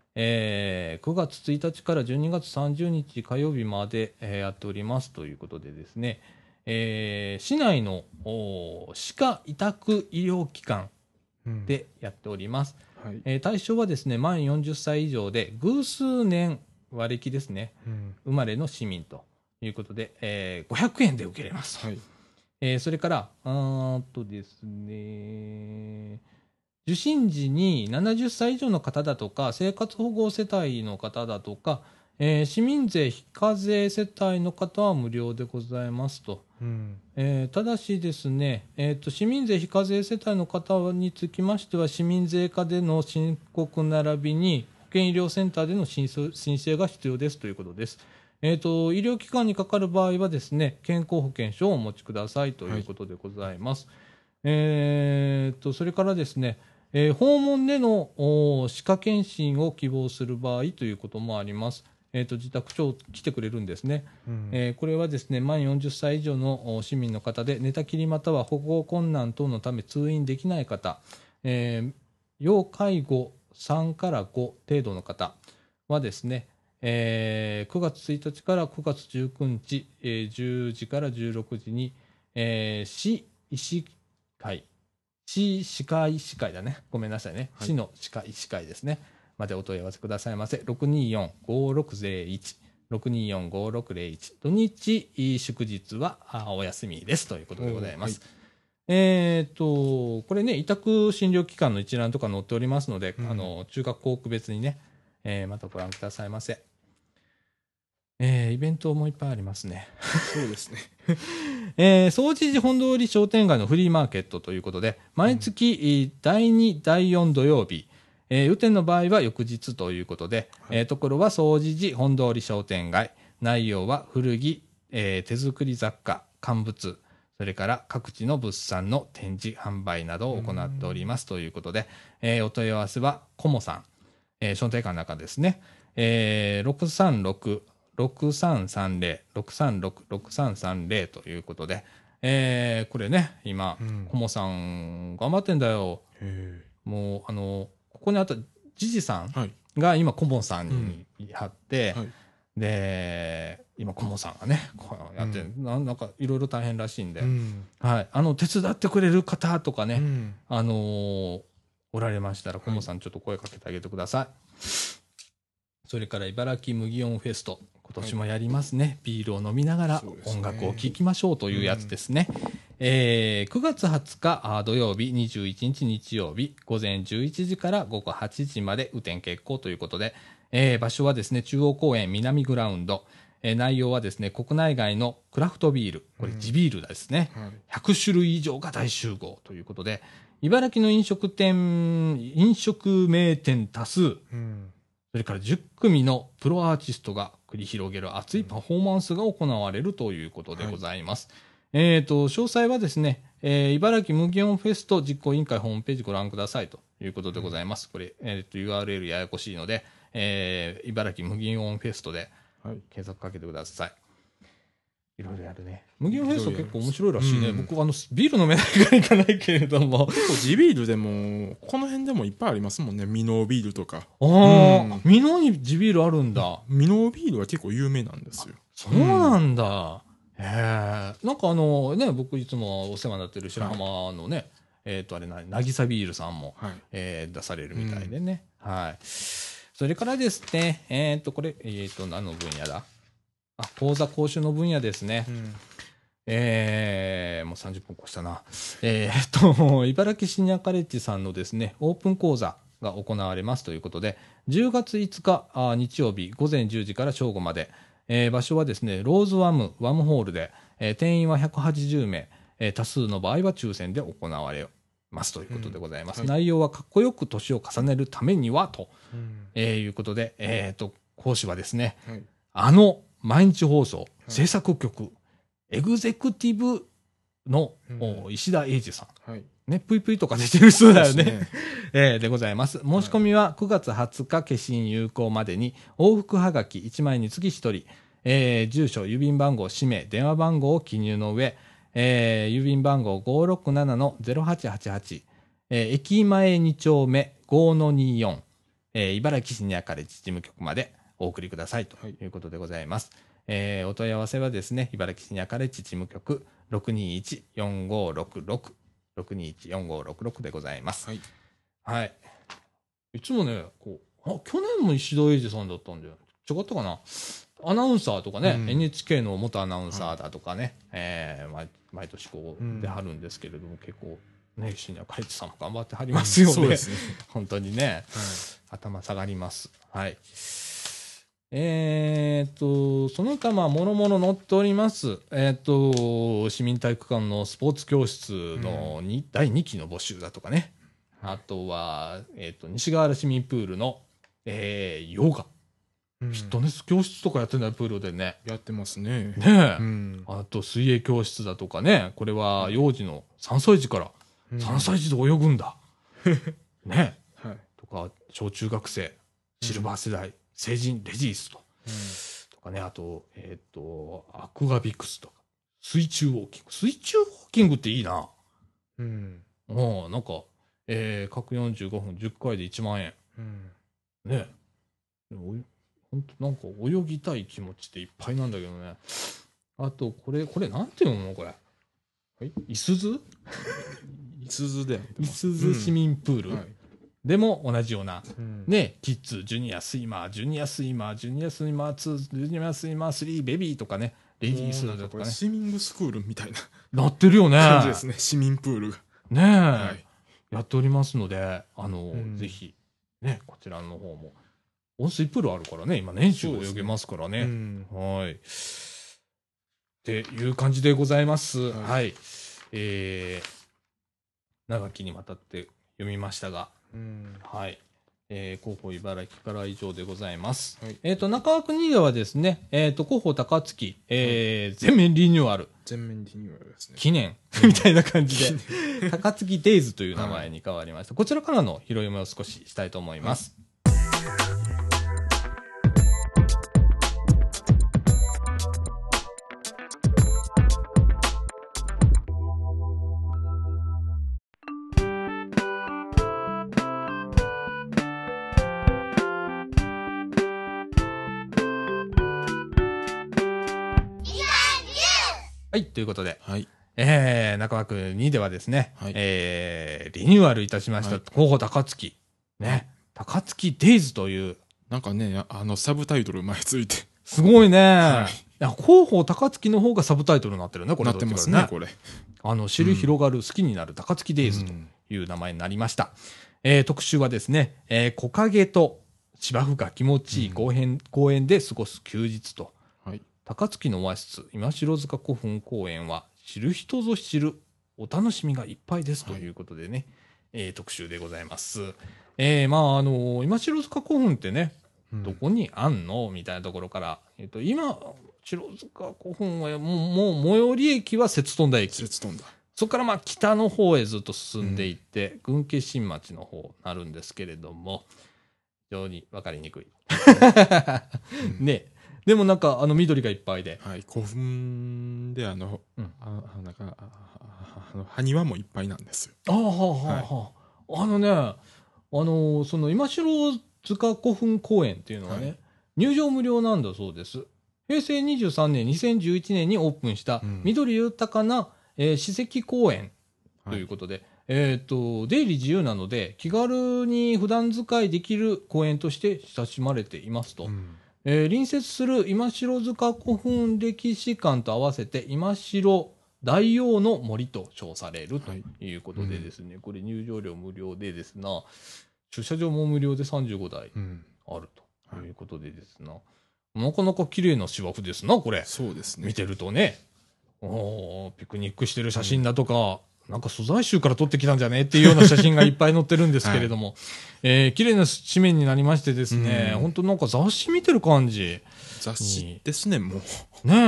えーくがつついたちからじゅうにがつさんじゅうにち火曜日まで、えーやっておりますということでですね、えー市内のお歯科委託医療機関
うん、
でやっております。
はい。
えー対象はですね、満よんじゅっさい以上で偶数年割引ですね、
うん。
生まれの市民ということで、えーごひゃくえんで受けれます。
はい。
えーそれから、あーっとですね、受診時にななじゅっさい以上の方だとか、生活保護世帯の方だとか、えー市民税非課税世帯の方は無料でございますと。
うん。
えーただしですね、えーと、市民税非課税世帯の方につきましては、市民税課での申告並びに、保健医療センターでの申請申請が必要ですということです。えーと、医療機関にかかる場合はですね、健康保険証をお持ちくださいということでございます。えーと、それからですね、えー訪問でのお歯科検診を希望する場合ということもあります。えーと、自宅長来てくれるんですね。
うん。
えーこれはですね、満よんじゅっさい以上のお市民の方で、寝たきりまたは歩行困難等のため通院できない方、えー要介護さんからご程度の方はですね、えーくがつついたちからくがつじゅうくにち、えーじゅうじからじゅうろくじに、えー市医師会、市歯科医師会だね。ごめんなさいね。
はい
市の歯科医師会ですね。までお問い合わせくださいませ。ろくによんごろくぜろいち。ろくによんごろくぜろいち。土日、祝日はあお休みですということでございます。えっ、と、これね、委託診療機関の一覧とか載っておりますので、
うん
あの、中学校区別にね、えーまたご覧くださいませ。えーイベントもいっぱいありますね。
そうですね。
えー、総知事本通り商店街のフリーマーケットということで、毎月、えーだいに、だいよん土曜日、えー、雨天の場合は翌日ということで、
はい
えーところは総知事本通り商店街、内容は古着、えー手作り雑貨、乾物、それから各地の物産の展示、販売などを行っておりますということで、えーお問い合わせは、コモさん、えー商店会の中ですね、えー、ろくさんろく、ろくさんさんぜろ、ろくさんろく、ろくさんさんぜろということで、えーこれね、今
う、ん。
コモさん頑張ってんだよ。
へ
もう、あの、ここにあったジジさん
え。はい。
が今、コモさんにやって、
はい。
で、今、コモさんがね、こうやって、
う
ななんかいろいろ大変らしいんで、
うん。
はい。あの、手伝ってくれる方とかね、
うん。
あのーおられましたら、
い
コモさんちょっと声かけてあげてください。それから、茨城麦音フェスト。今年もやりますね。ビールを飲みながら
そうですね
音楽を聴きましょうというやつですね。えーくがつはつかあ土曜日、にじゅういちにち日曜日、午前じゅういちじから午後はちじまで雨天決行ということで、えー場所はですね、中央公園南グラウンド。えー内容はですね、国内外のクラフトビール、これ地ビールですね。
はい。
ひゃくしゅるい以上が大集合ということで、茨城の飲食店、飲食名店多数、
うん。
それからじゅっくみのプロアーティストが繰り広げる熱いパフォーマンスが行われるということでございます。えっ、と、詳細はですね、えー茨城麦音フェスト実行委員会ホームページご覧くださいということでございます。これ、えっ、と、ユーアールエル ややこしいので、えー茨城麦音フェストで
はい。
検索かけてください。いろいろやるね。麦音フェスト結構面白いらしいね。
うん
僕、あの、ビール飲めないから行かないけれども。
結構地ビールでも、この辺でもいっぱいありますもんね。ミノービールとか。
ああ、
うん
ミノに地ビールあるんだ。
ミノービールは結構有名なんですよ。
そうなんだ。へえ。なんかあのね、僕いつもお世話になってる白浜のね、えっ、とあれな、なぎさビールさんも、
はい。
えー出されるみたいでね。はい。それからですね、えっ、と、これ、えっ、と、何の分野だあ、講座講習の分野ですね。
うん。
えー、もうさんじゅっぷん越したな。えーっと、茨城シニアカレッジさんのですね、オープン講座が行われますということで、じゅうがついつかあ日曜日午前じゅうじから正午まで、えー場所はですね、ローズワム、ワムホールで、えー定員はひゃくはちじゅうめい、えー多数の場合は抽選で行われますということでございます。
うんはい
内容はかっこよく年を重ねるためにはと、
うん。
えーいうことで、えーっと、講師はですね、
はい。
あの毎日放送、
い
制作局、エグゼクティブの、
うん
お石田英二さん。
はい。
ね、ぷいぷいとか出てる人だよね。
そうです
えーでございます。申し込みはくがつはつか消印有効までに、往復はがきいちまいにつきひとり、えー住所、郵便番号、氏名、電話番号を記入の上、えー郵便番号 ごーろくななのぜろはちはちはち、えー駅前に丁目 ごのによん、 えー、茨城市にあかれ地事務局までお送りくださいということでございます。はい、えー、お問い合わせはですね、茨城市にあかれ地事務局 ろくにいちよんごろくろく ろくにいちよんごろくろく でございます。はい。はい。いつもね、こう、あ、去年も石田英二さんだったんだよ。違ったかな。アナウンサーとかね、うん、エヌエイチケー の元アナウンサーだとかね、はい、えー、毎, 毎年こうではるんですけれども、うん、結構ね、シニアカイツさんも頑張ってはりますよね。うん、そうですね。本当にね、はい、頭下がります。はい。えー、っと、その他、まあ、もろもろ載っております。えー、っと、市民体育館のスポーツ教室のに、うん、だいにきの募集だとかね。あとは、えー、っと、西川原市民プールの、えー、ヨガ。フィットネス教室とかやってんだよ、プールでね。
やってますね。
ねえ、うん。あと、水泳教室だとかね。これは、幼児のさんさい児から、さんさい児で泳ぐんだ。うん、ねえ、はい。とか、小中学生、シルバー世代、うん、成人、レディースと。うん、とかね、あと、えっと、アクアビクスとか、水中ウォーキング。水中ウォーキングっていいな。うん。もう、なんか、えー、各よんじゅうごふん、じゅっかいでいちまんえん。うん、ねえ。本当なんか泳ぎたい気持ちっていっぱいなんだけどね。あと、これ、これなんていうのこれ。はい。いすず
いすずで。
いすず市民プール、うん、はい、でも同じような、うん、ね、キッズ、ジュニアスイマー、ジュニアスイマー、ジュニアスイマーツー、ジュニアスイマースリー、ベビーとかね、レディースだとかね。
スイミングスクールみたいな。
なってるよね。
感じですね、市民プールが。
ねえ、はい、やっておりますので、あの、うん、ぜひ、ね、こちらの方も。温水プールあるからね、今年中泳げますからね。ね、うん、はい。っていう感じでございます。はい。はい、えー、長きにわたって読みましたが、うん、はい。えー、広報茨城からは以上でございます。はい、えっ、ー、と、中川国ではですね、えっ、ー、と、広報高槻、えー、はい、全面リニューアル。
全面リニューアルですね。
記念みたいな感じで、高槻デイズという名前に変わりました。はい、こちらからの拾い読みを少ししたいと思います。はい、はい、ということで、はい、えー、中川区にではですね、はい、えー、リニューアルいたしました、はい、広報高槻、ね、はい、高槻デイズという。
なんかね、あの、サブタイトル前ついて。
すごいね。はい、いや広報高槻の方がサブタイトルになってるね、これ。
なってますね、これ。
あの、知る広がる、好きになる高槻デイズという名前になりました。うん、えー、特集はですね、えー、木陰と芝生が気持ちいい公園、うん、公園で過ごす休日と。高槻のオアシス今城塚古墳公園は知る人ぞ知るお楽しみがいっぱいですということでね、はい、えー、特集でございます。えー、まああの今城塚古墳ってね、うん、どこにあんのみたいなところから、えっ、ー、と今城塚古墳はもう、もう最寄り駅は摂津田駅。
摂津田。
そこからまあ北の方へずっと進んでいって、うん、軍家新町の方になるんですけれども、非常に分かりにくい。うん、ね。でもなんかあの緑がいっぱいで、
はい、古墳であの、うん、あなんかあの埴輪もいっぱいなんですよ。
ああはあはあ、はい、あのね、あのその今城塚古墳公園っていうのはね、はい、入場無料なんだそうです。へいせいにじゅうさんねんにせんじゅういちねんにオープンした緑豊かな、うん、えー、史跡公園ということで、はい、えっ、ー、と出入り自由なので気軽に普段使いできる公園として親しまれていますと。うん、えー、隣接する今城塚古墳歴史館と合わせて今城大王の森と称されるということでですね、はい、うん、これ入場料無料でですな、駐車場も無料でさんじゅうごだいあるということでですな、うん、なかなか綺麗な芝生ですな、これ。
そうですね。
見てるとね、おピクニックしてる写真だとか、うん、なんか素材集から撮ってきたんじゃねっていうような写真がいっぱい載ってるんですけれども、はい、えー、綺麗な紙面になりましてですね、本当なんか雑誌見てる感じ。
雑誌ですね、もう。
ねえ。うん、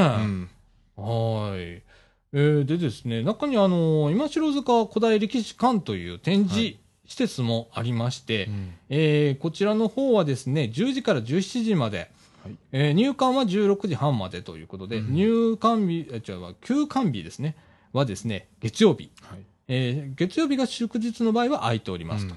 はい。えー、でですね、中にあの、今城塚古代歴史館という展示施設もありまして、はい、うん、えー、こちらの方はですね、じゅうじからじゅうしちじまで、はい、えー、入館はじゅうろくじはんまでということで、うん、入館日、え、違う、休館日ですね、はですね、月曜日。はい、えー、月曜日が祝日の場合は空いておりますと。うん、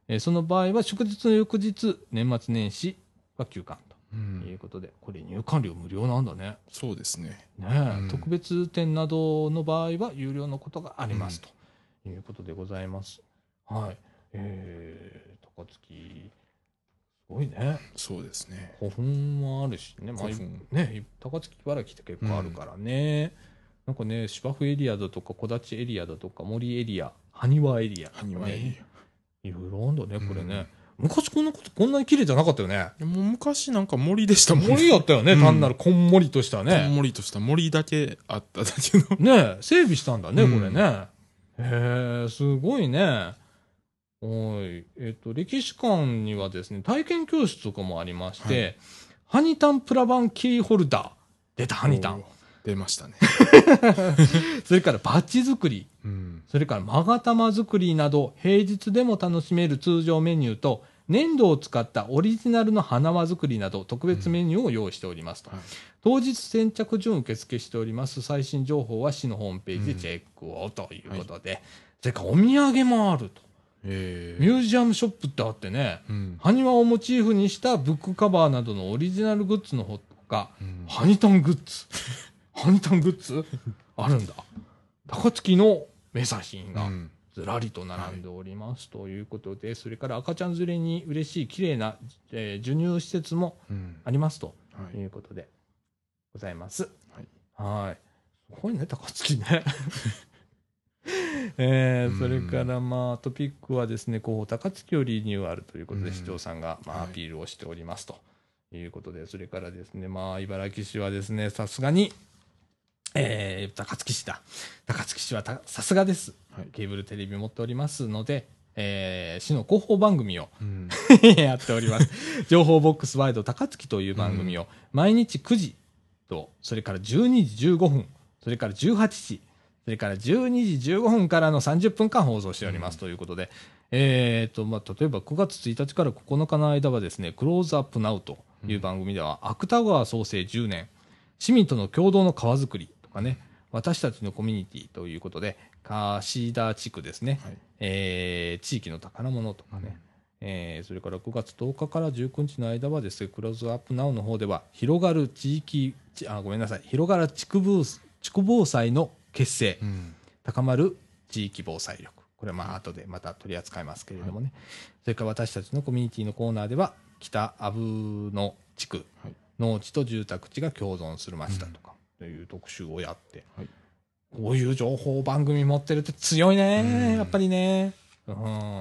えーその場合は祝日の翌日、年末年始は休館
う
というんことで、これ入館料無料なんだね。
そうですね。
ねえ、
うん
特別展などの場合は有料のことがあります、ということでございます。はい。えー、高槻、すごいね。
そうですね。
古墳もあるしね。まあ、
古墳
ね、高槻茨城って結構あるからね。なんかね、芝生エリアだとか、木立エリアだとか、森エリア、埴輪エリアとか
埴輪エリ
ね。いろいろあるんだね、これね。
うん
昔こんなこと、こんなに綺麗じゃなかったよね。
ア。もう昔なんか森でしたもんね。
森やったよね、
うん
単なるこんもりとした
こん
ね。
もりとした森だけあっただけの。
ね整備したんだね、
うん
これね。へえ、すごいね。おい、えっ、と、歴史館にはですね、体験教室とかもありまして、
はい
ハニタンプラバンキーホルダー。出た、ハニタン。
おー。出ましたね。
それからバッジ作り。
うん。
それから勾玉作りなど、平日でも楽しめる通常メニューと、粘土を使ったオリジナルの花輪作りなど、特別メニューを用意しておりますと。
はい
当日先着順受付しております。最新情報は市のホームページでチェックをということで。それからお土産もあると。
え
ミュージアムショップってあってね、
うん。
埴輪をモチーフにしたブックカバーなどのオリジナルグッズのほか、
うん
ハニタングッズ。ハニタングッズあるんだ。高槻の名産品が
うん
ずらりと並んでおりますということで、それから赤ちゃん連れに嬉しい綺麗な、えー授乳施設も
うん
ありますと
はい
いうことでございます。
はい
はい。すごいね、高槻ね。えー
うん
それから、まあ、トピックはですね、こう、高槻をリニューアルということで、
うん
市長さんが、まあ、
はい
アピールをしておりますということで、それからですね、まあ、茨城市はですね、さすがに、えー高槻市だ。高槻市はたさすがです。
はい
ケーブルテレビ持っておりますので、えー市の広報番組を
うん
やっております。情報ボックスワイド高槻という番組を毎日くじと、それからじゅうにじじゅうごふん、それからじゅうはちじ、それからじゅうにじじゅうごふんからのさんじゅっぷんかん放送しておりますということで、えーと、まあ、例えばくがつついたちからここのかの間はですね、クローズアップナウという番組では、芥川創生じゅうねん、市民との共同の川づくりとかね、私たちのコミュニティということで、貸田地区ですね、
はい
えー地域の宝物とかね、えーそれからくがつとおかからじゅうくにちの間はですね、クローズアップナウの方では、広がる地域、ちあ、ごめんなさい、広がる地区防地区防災の結成、
うん
高まる地域防災力。これはまあ後でまた取り扱いますけれどもね。それから私たちのコミュニティのコーナーでは、北阿武野地区、
はい
農地と住宅地が共存する町だとか、という特集をやって、
はい
こういう情報番組持ってるって強いね、
うん
やっぱりね。うん。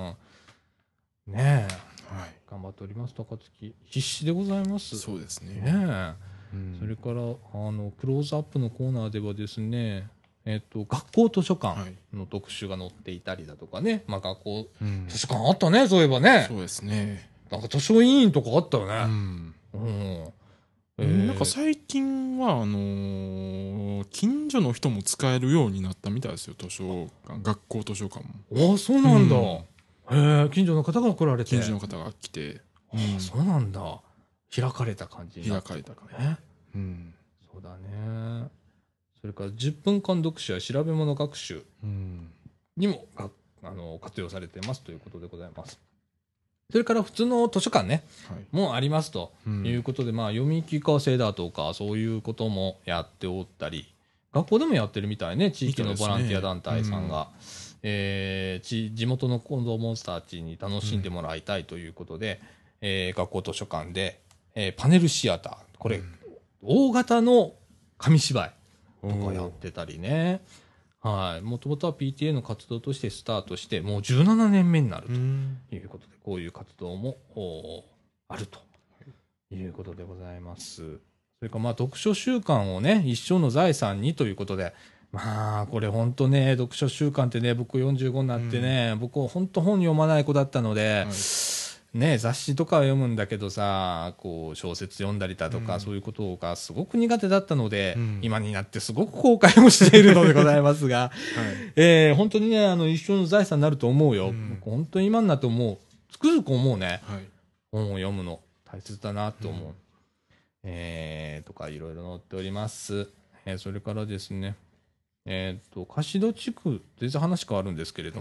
ねえ。
はい
頑張っております、高槻。必死でございます。
そうですね。
ねえ。
うん
それから、あの、クローズアップのコーナーではですね、えっと、学校図書館
はい
の特集が載っていたりだとかね。まあ、学校
うん
図書館あったね、そういえばね。
そうですね。
なんか図書委員とかあったよ
う
ね。
ん
うん。えー
なんか最近は、あのー近所の人も使えるようになったみたいですよ、図書館、学校図書館も。
ああ、そうなんだ。
うん
へえ、近所の方が来られて。
近所の方が来て、
ああ、そうなんだ。開かれた感じになって
開かれたから。
ね。
うん。
そうだね。それからじゅっぷんかん読書や調べ物学習
うん。
にもがあの活用されてますということでございます。それから普通の図書館ね、
はい。
もありますと
うん
いうことで、まあ読み聞かせだとか、そういうこともやっておったり、学校でもやってるみたいね、地域のボランティア団体さんが、えーち地元の子どもたちに楽しんでもらいたいということで、えー学校図書館で、えーパネルシアター、これ、
うん
大型の紙芝居
お
とかやってたりね。はい。もともとは ピーティーエー の活動としてスタートして、もうじゅうななねんめになる
うん。
ということで、こういう活動もおあるということでございます。それからまあ読書習慣をね、一生の財産にということで、まあこれ本当ね、読書習慣ってね、僕よんじゅうごになってね、僕本当本読まない子だったので、
はい
ね、雑誌とかは読むんだけどさ、こう小説読んだりだとか、
うん
そういうことがすごく苦手だったので、
うん
今になってすごく後悔もしているのでございますが、
はい。
えー本当にね、あの一生の財産になると思うよ。
うん
僕本当に今になって思う。つくづく思うね。
はい。
本を読むの大切だなと思う。
うん
えーとかいろいろ載っております。えーそれからですね、えーと、柏戸地区、全然話変わるんですけれども、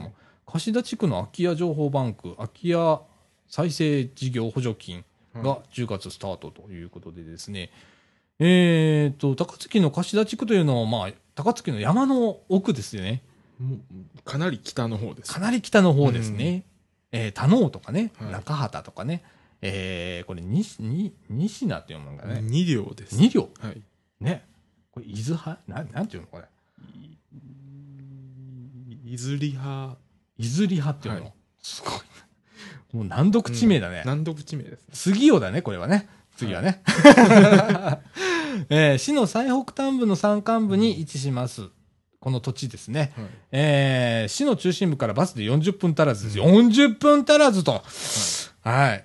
貸田地区の空き家情報バンク空き家再生事業補助金がじゅうがつスタートということでですね、はい、えーと、高槻の貸田地区というのは、まあ、高槻の山の奥ですよね。
かなり北の方です、ね。
かなり北の方ですね。うん、えー、田能とかね、
はい、
中畑とかね、えー、これ西、に、西名っていうものがね。
二両です。
二両。
はい。
ね。これ、伊豆派な、なんていうのこれ。
伊豆リ派。
伊豆リ派っていうの、
はい、
すごい。もう難読地名だね。
うん、難読地名ですね。
杉尾だね、これはね。次はね。はい、えー、市の最北端部の山間部に位置します。この土地ですね。はい、えー、市の中心部からバスでよんじゅっぷん足らずです。うん、よんじゅっぷん足らずと。はい。はい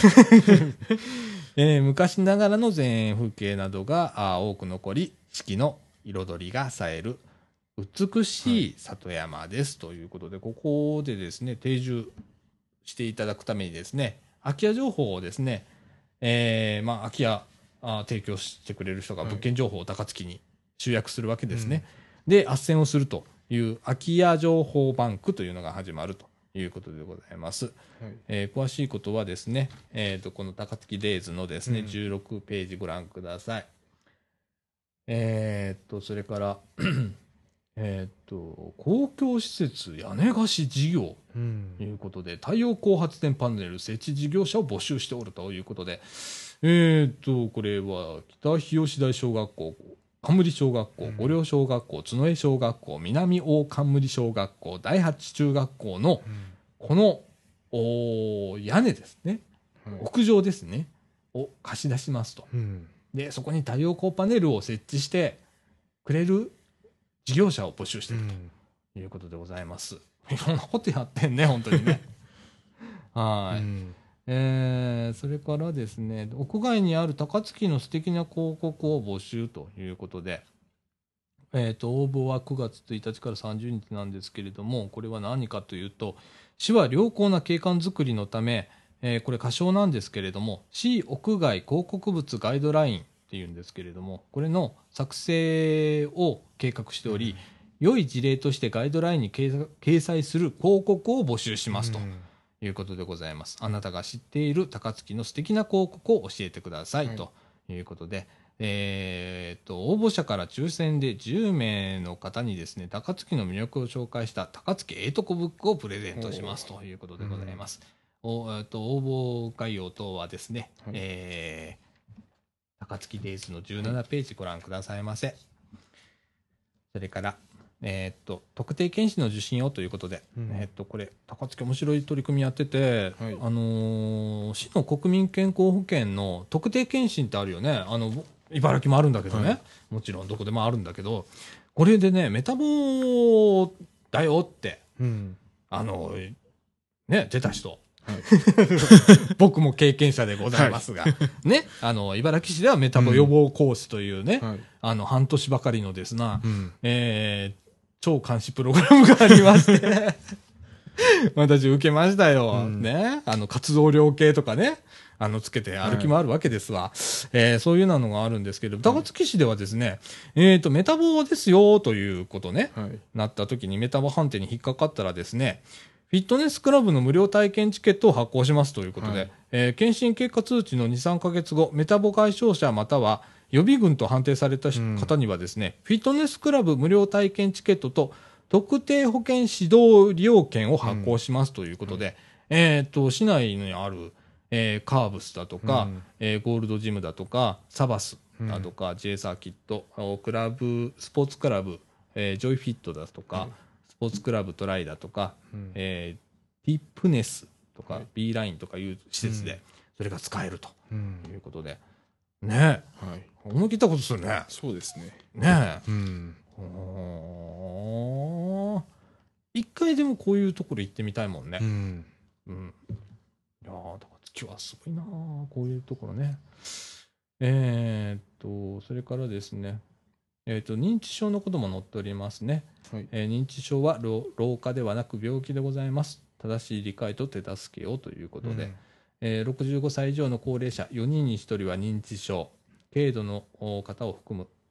えー、昔ながらの田園風景などが多く残り、四季の彩りが冴える美しい里山です、はい、ということで、ここでですね、定住していただくためにですね、空き家情報をですね、えー、まあ空き家あ提供してくれる人が物件情報を高槻に集約するわけですね。うん、で、斡旋をするという空き家情報バンクというのが始まるということでございます。はい、えー、詳しいことはですね、えーと、この高槻デイズのですね、うん、じゅうろくページご覧ください。えーと、それから、えっと、公共施設屋根貸し事業ということで、うん、太陽光発電パネル設置事業者を募集しておるということで、えっと、これは北日吉台小学校、冠小学校、五稜小学校、角江小学校、南大冠小学校、第八中学校の、この、お屋根ですね、はい、屋上ですね、を貸し出しますと。うん、で、そこに太陽光パネルを設置してくれる事業者を募集しているということでございます。うん、いろんなことやってんね、本当にね。はい、うん、えー。それからですね、屋外にある高槻の素敵な広告を募集ということで、えーと、応募はくがつついたちからさんじゅうにちなんですけれども、これは何かというと、市は良好な景観づくりのため、えー、これ仮称なんですけれども、市屋外広告物ガイドラインっていうんですけれども、これの作成を計画しており、うん、良い事例としてガイドラインに掲載する広告を募集しますということでございます。うん、あなたが知っている高槻の素敵な広告を教えてください、はい、ということで、えー、と応募者から抽選でじゅうめいの方にですね、高槻の魅力を紹介した高槻ええとこブックをプレゼントしますということでございます。うん、おえー、と応募概要等はですね、はい、えー高槻デイズのじゅうななページご覧くださいませ。それから、えー、っと特定健診の受診をということで、うん、えー、っとこれ高槻面白い取り組みやってて、はい、あのー、市の国民健康保険の特定健診ってあるよね。あの茨城もあるんだけどね、はい、もちろんどこでもあるんだけど、これでねメタボだよって、うん、あのね出た人。はい、僕も経験者でございますが、はい、ね、あの茨城市ではメタボ予防コースというね、うん、はい、あの半年ばかりのですな、うん、えー、超監視プログラムがありまして私受けましたよ、うん、ね、あの活動量計とかね、あのつけて歩き回るわけですわ、はい、えー、そういうのがあるんですけど、高槻市ではですね、えーとメタボですよということね、はい、なった時にメタボ判定に引っかかったらですね、フィットネスクラブの無料体験チケットを発行しますということで、はい、えー、検診結果通知のに、さんかげつご、メタボ解消者または予備軍と判定された方にはですね、うん、フィットネスクラブ無料体験チケットと特定保険指導利用券を発行しますということで、うん、えーと、市内にある、えー、カーブスだとか、うん、えー、ゴールドジムだとか、サバスだとか、うん、J サーキット、クラブ、スポーツクラブ、えー、ジョイフィットだとか、うん、スポーツクラブトライだとか、うん、えー、ティップネスとか、はい、B ラインとかいう施設でそれが使えるということで、うん、ねえ、はい、思い切ったことするね。
そうですね。
ねえ、うん、一回でもこういうところ行ってみたいもんね。うん、うん、いやー、高槻はすごいな、こういうところね。えー、っとそれからですね、えー、と認知症のことも載っておりますね、はい、えー、認知症は 老, 老化ではなく病気でございます。正しい理解と手助けをということで、うん、えー、ろくじゅうごさい以上の高齢者よにんにひとりは認知症、軽度の方を含む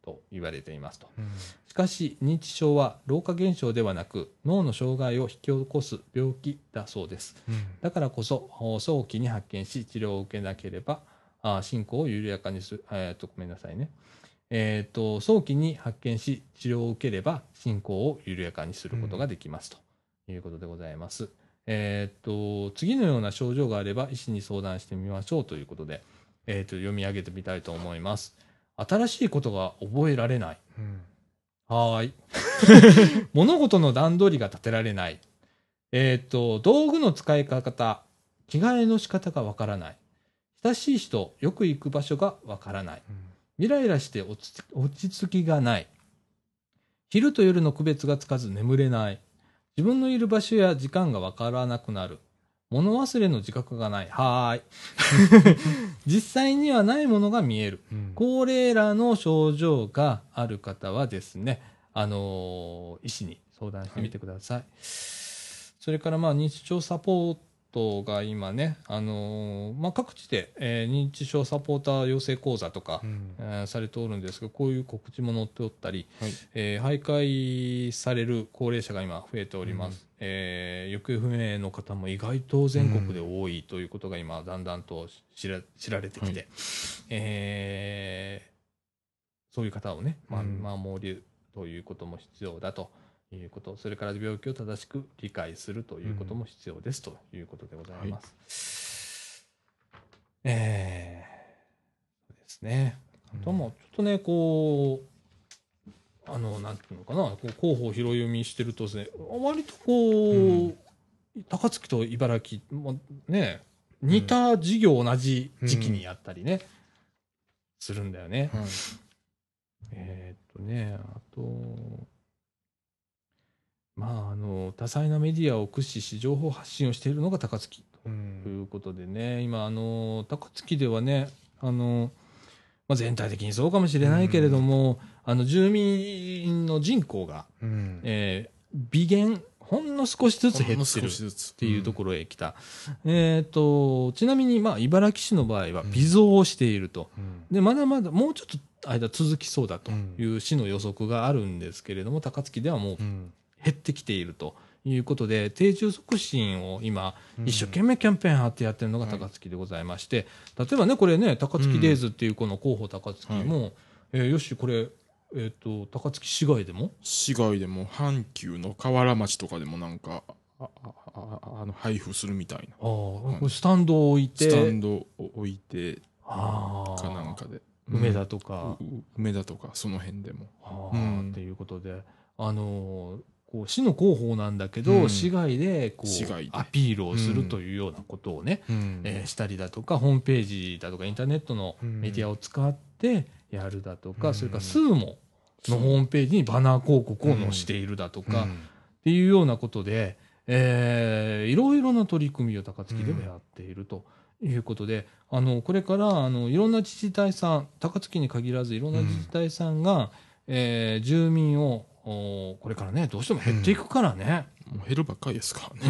と言われていますと。
うん、
しかし認知症は老化現象ではなく脳の障害を引き起こす病気だそうです。
うん、
だからこそ早期に発見し治療を受けなければあ進行を緩やかにする、えー、とごめんなさいね、えー、と早期に発見し治療を受ければ進行を緩やかにすることができますということでございます。うん、えー、と次のような症状があれば医師に相談してみましょうということで、えー、と読み上げてみたいと思います。新しいことが覚えられない、うん、はーい物事の段取りが立てられない、えー、と道具の使い方、着替えの仕方がわからない、親しい人、よく行く場所がわからない、うん、イライラして落ち、落ち着きがない、昼と夜の区別がつかず眠れない、自分のいる場所や時間がわからなくなる、物忘れの自覚がない、はーい実際にはないものが見える、うん、これらの症状がある方はですね、あのー、医師に相談してみてください。はい、それからまあ認知症サポートが今ね、あのーまあ、各地で、えー、認知症サポーター養成講座とか、うんえー、されておるんですが、こういう告知も載っておったり、はいえー、徘徊される高齢者が今増えております、うんえー、行方不明の方も意外と全国で多いということが今だんだんと知ら、知られてきて、はいえー、そういう方をね、まあ、守るということも必要だということ、それから病気を正しく理解するということも必要ですということでございます。はい、えー、そうですね。あともちょっとね、こう、あの、なんていうのかな、こう広報拾い読みしてるとですね、割とこう、うん、高槻と茨城、もね、似た事業同じ時期にやったりね、うん、するんだよね。はい、えー、っとね、あと、まあ、あの多彩なメディアを駆使し情報発信をしているのが高槻ということでね、うん、今あの高槻ではねあの、まあ、全体的にそうかもしれないけれども、うん、あの住民の人口が、うんえー、微減ほんの少しずつ減ってるっていうところへ来た、うんえー、とちなみに、まあ、茨城市の場合は微増をしていると、うん、でまだまだもうちょっと間続きそうだという市の予測があるんですけれども、高槻ではもう、うん減ってきているということで、定住促進を今、一生懸命キャンペーン張ってやってるのが高槻でございまして、うん、例えばね、これね、高槻デイズっていうこの広報高槻も、うんはいえー、よし、これ、えっ、ー、と、高槻市街でも
市街でも、阪急の河原町とかでもなんか、ああああの配布するみたいな。
ああ、スタンドを置いて。
スタンドを置いて、あかなんかで。
梅田とか、
うん、梅田とか、その辺でも。
あうん、っていうことで、あのー、こう市の広報なんだけど、うん、市外でこうアピールをするというようなことをね、うんえー、したりだとか、ホームページだとかインターネットのメディアを使ってやるだとか、うん、それからスーモのホームページにバナー広告を載せているだとか、うん、っていうようなことで、えー、いろいろな取り組みを高槻でもやっているということで、あのこれからあのいろんな自治体さん、高槻に限らずいろんな自治体さんが、うんえー、住民をこれからねどうしても減っていくからね、
うん、もう減るばっかりですから
ね、うん、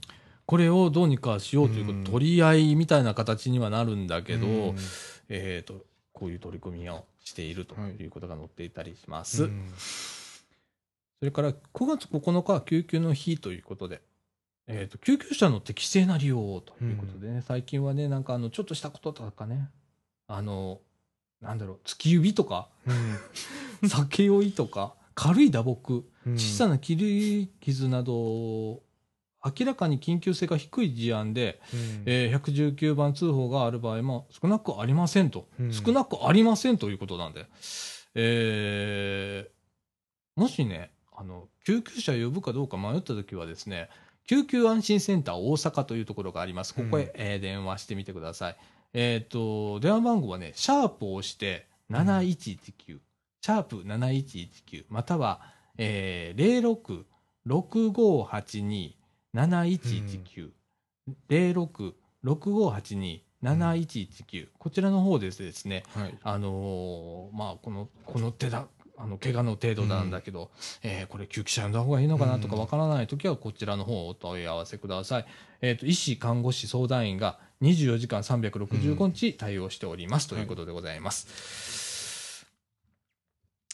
これをどうにかしようということ、うん、取り合いみたいな形にはなるんだけど、うんえー、とこういう取り組みをしているということが載っていたりします、はいうん、それからくがつここのかは救急の日ということで、えー、と救急車の適正な利用ということでね、うん、最近はねなんかあのちょっとしたこととかねあのなんだろう突き指とか、うん、酒酔いとか軽い打撲、うん、小さな切り傷など明らかに緊急性が低い事案で、うんえー、ひゃくじゅうきゅうばん通報がある場合も少なくありませんと、うん、少なくありませんということなんで、えー、もしねあの救急車呼ぶかどうか迷ったときはですね救急安心センター大阪というところがあります。ここへ、うんえー、電話してみてください。えっ、ー、と、電話番号はね、シャープを押してなないちいちきゅう、うん、シャープなないちいちきゅう、または、えー、ゼロろく ろくごはちに なないちいちきゅう、うん、ゼロろく ろくごはちに なないちいちきゅう、こちらの方でですね、はい、あのー、まあ、この、この手だ、あの怪我の程度なんだけど、うんえー、これ救急車呼んだ方がいいのかなとかわからないときはこちらの方をお問い合わせください。えっと、医師、看護師、相談員がにじゅうよじかんさんびゃくろくじゅうごにち対応しております、うん、ということでございます。はい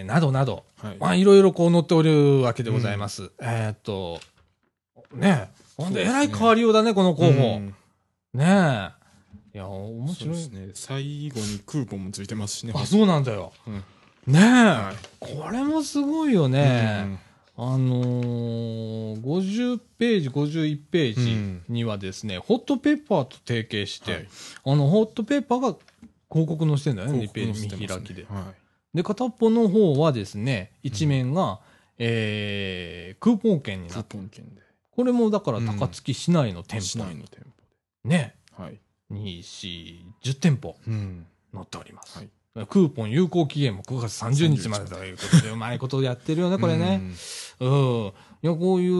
などなど、
はい。
まあ、いろいろこう載っておるわけでございます。うん、えー、っと、ねえ、ほんで、えらい変わりようだね、この候補。うん、ねえ。いや、面白いですね。
最後にクーポンもついてますしね。
あ、そうなんだよ。うん、ねえ、はい、これもすごいよね。うん、あのー、ごじゅっページ、ごじゅういちページにはですね、うん、ホットペッパーと提携して、はい、あの、ホットペッパーが広告載せてんだよね、にページ見開きで。はい、で、片っぽの方はですね、一面が、うん、えー、クーポン券になって、クーポン券で。これもだから高槻市内の店舗。市内の店舗で。ね。はい。に、よん、じゅってんぽ載っております。はい、クーポン有効期限もくがつさんじゅうにちまでということで、うまいことやってるよね、これね。うん。いや、こういう、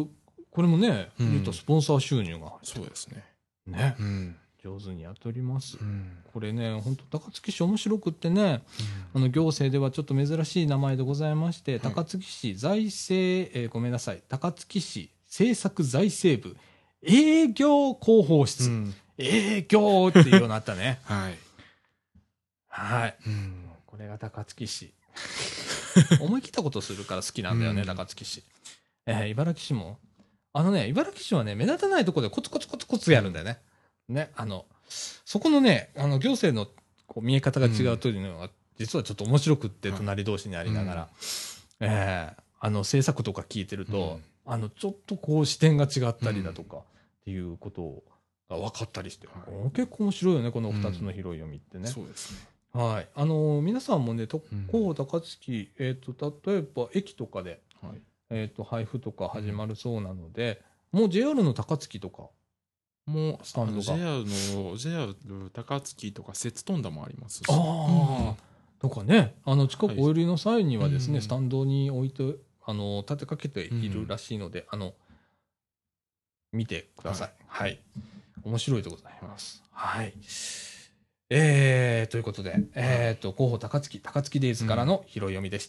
これもね、言うとスポンサー収入が。
そうですね。
ね。うん。上手にやっております。うん、これね、本当高槻市面白くってね、うん、あの行政ではちょっと珍しい名前でございまして、はい、高槻市財政、えー、ごめんなさい、高槻市政策財政部営業広報室、うん、営業っていうようになったね。はい。はい。うん、これが高槻市。思い切ったことするから好きなんだよね、うん、高槻市。えー、茨城市も、あのね、茨城市はね、目立たないところでコツコツコツコツやるんだよね。ね、あの、そこのね、あの、行政のこう見え方が違うというのが、実はちょっと面白くって、隣同士にありながら、はい、えー、あの、政策とか聞いてると、うん、あの、ちょっとこう視点が違ったりだとか、っていうことが分かったりして、うん、結構面白いよね、この二つの広い読みってね。うん、そうですね。はい。あのー、皆さんもね、と、候補高槻、えっと、例えば駅とかで、はい、えっと、配布とか始まるそうなので、うん、もう ジェイアール の高槻とか、もうスタンドが。ジェイアール の、ジェイアール 高槻とか、摂津富田もありますし。ああ、うん、とかね、あの、近くお寄りの際にはですね、はい、スタンドに置いて、あの、立てかけているらしいので、うん、あの、見てください。はい。はい、面白いでございます。はい。えー、ということで、えっと、候補高槻、高槻デイズからの拾い読みでした。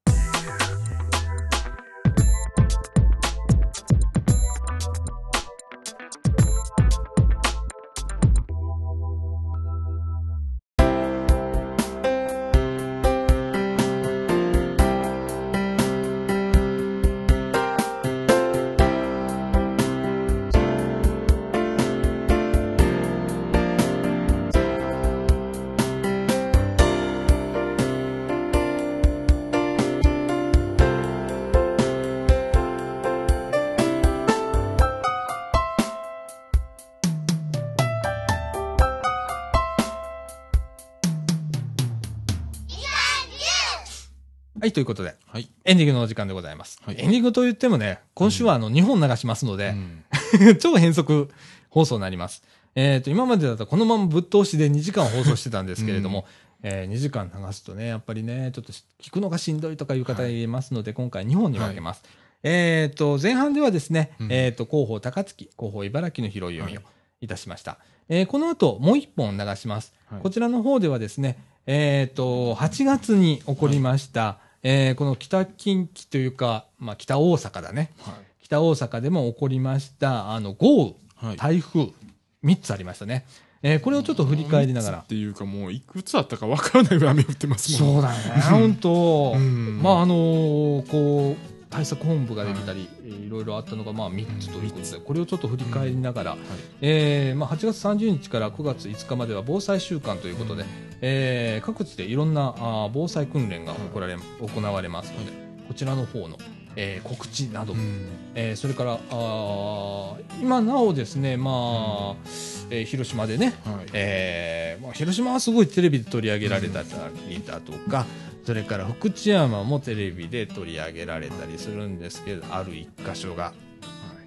はい、ということで、はい、エンディングのお時間でございます。はい、エンディングと言ってもね、今週はあのにほん流しますので、うん、超変則放送になります。えっと、今までだとこのままぶっ通しでにじかん放送してたんですけれども、うん、えー、にじかん流すとね、やっぱりね、ちょっと聞くのがしんどいとかいう方がいますので、はい、今回にほんに分けます。はい、えっと、前半ではですね、うん、えっと、広報高槻、広報茨城の拾い読みをいたしました。はい、えー、この後、もういっぽん流します。はい、こちらの方ではですね、えっと、はちがつに起こりました、はい、えー、この北近畿というか、まあ、北大阪だね、はい、北大阪でも起こりましたあの豪雨、はい、台風みっつありましたね、えー、これをちょっと振り返りながら
っていうかもういくつあったかわからないぐらい雨降ってますもん。
そうだね本当、うん、まああのー、こう対策本部ができたり、はい、いろいろあったのがまあみっつということで、これをちょっと振り返りながら、うんはいえーまあ、はちがつさんじゅうにちからくがついつかまでは防災週間ということで、うんえー、各地でいろんなあ防災訓練が行われ、行われますので、こちらの方の、えー、告知など、うんえー、それからあ今なおですね、まあうんえー、広島でね、はいえーまあ、広島はすごいテレビで取り上げられたりだとか、それから福知山もテレビで取り上げられたりするんですけど、ある一箇所が、はい、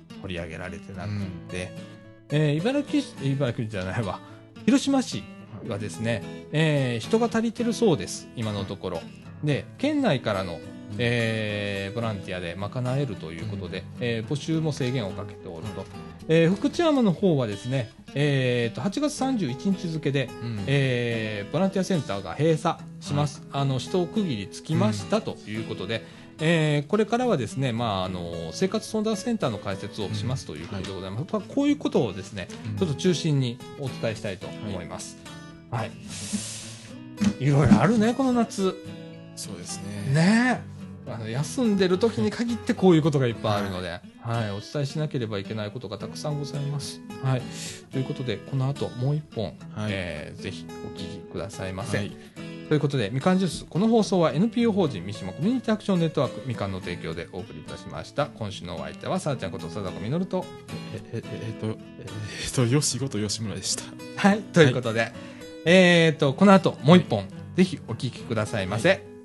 取り上げられてなくて、うんえー、茨城市、茨城じゃないわ、広島市がですね、えー、人が足りてるそうです、今のところ。で、県内からの、えー、ボランティアで賄えるということで、えー、募集も制限をかけておると。えー、福知山の方はですね、えー、とはちがつさんじゅういちにち付で、うんえー、ボランティアセンターが閉鎖します、はい、あの人区切りつきましたということで、うんえー、これからはですね、まあ、あの生活相談センターの開設をしますということでございます、うんはい、こういうことをですね、うん、ちょっと中心にお伝えしたいと思います、はいはい、いろいろあるねこの夏
そうですね。
ねえ、あの休んでる時に限ってこういうことがいっぱいあるので、はい、お伝えしなければいけないことがたくさんございます。はい、ということでこの後もう一本、はい、えー、ぜひお聞きくださいませ。はい、ということでみかんジュース、この放送は エヌピーオー 法人三島コミュニティアクションネットワークみかんの提供でお送りいたしました。今週のお相手はさあちゃんこと貞子みのると
えええっとえっとよしごと吉村でした。
はい、ということで、はい、えーとこの後もう一本、はい、ぜひお聞きくださいませ。はい。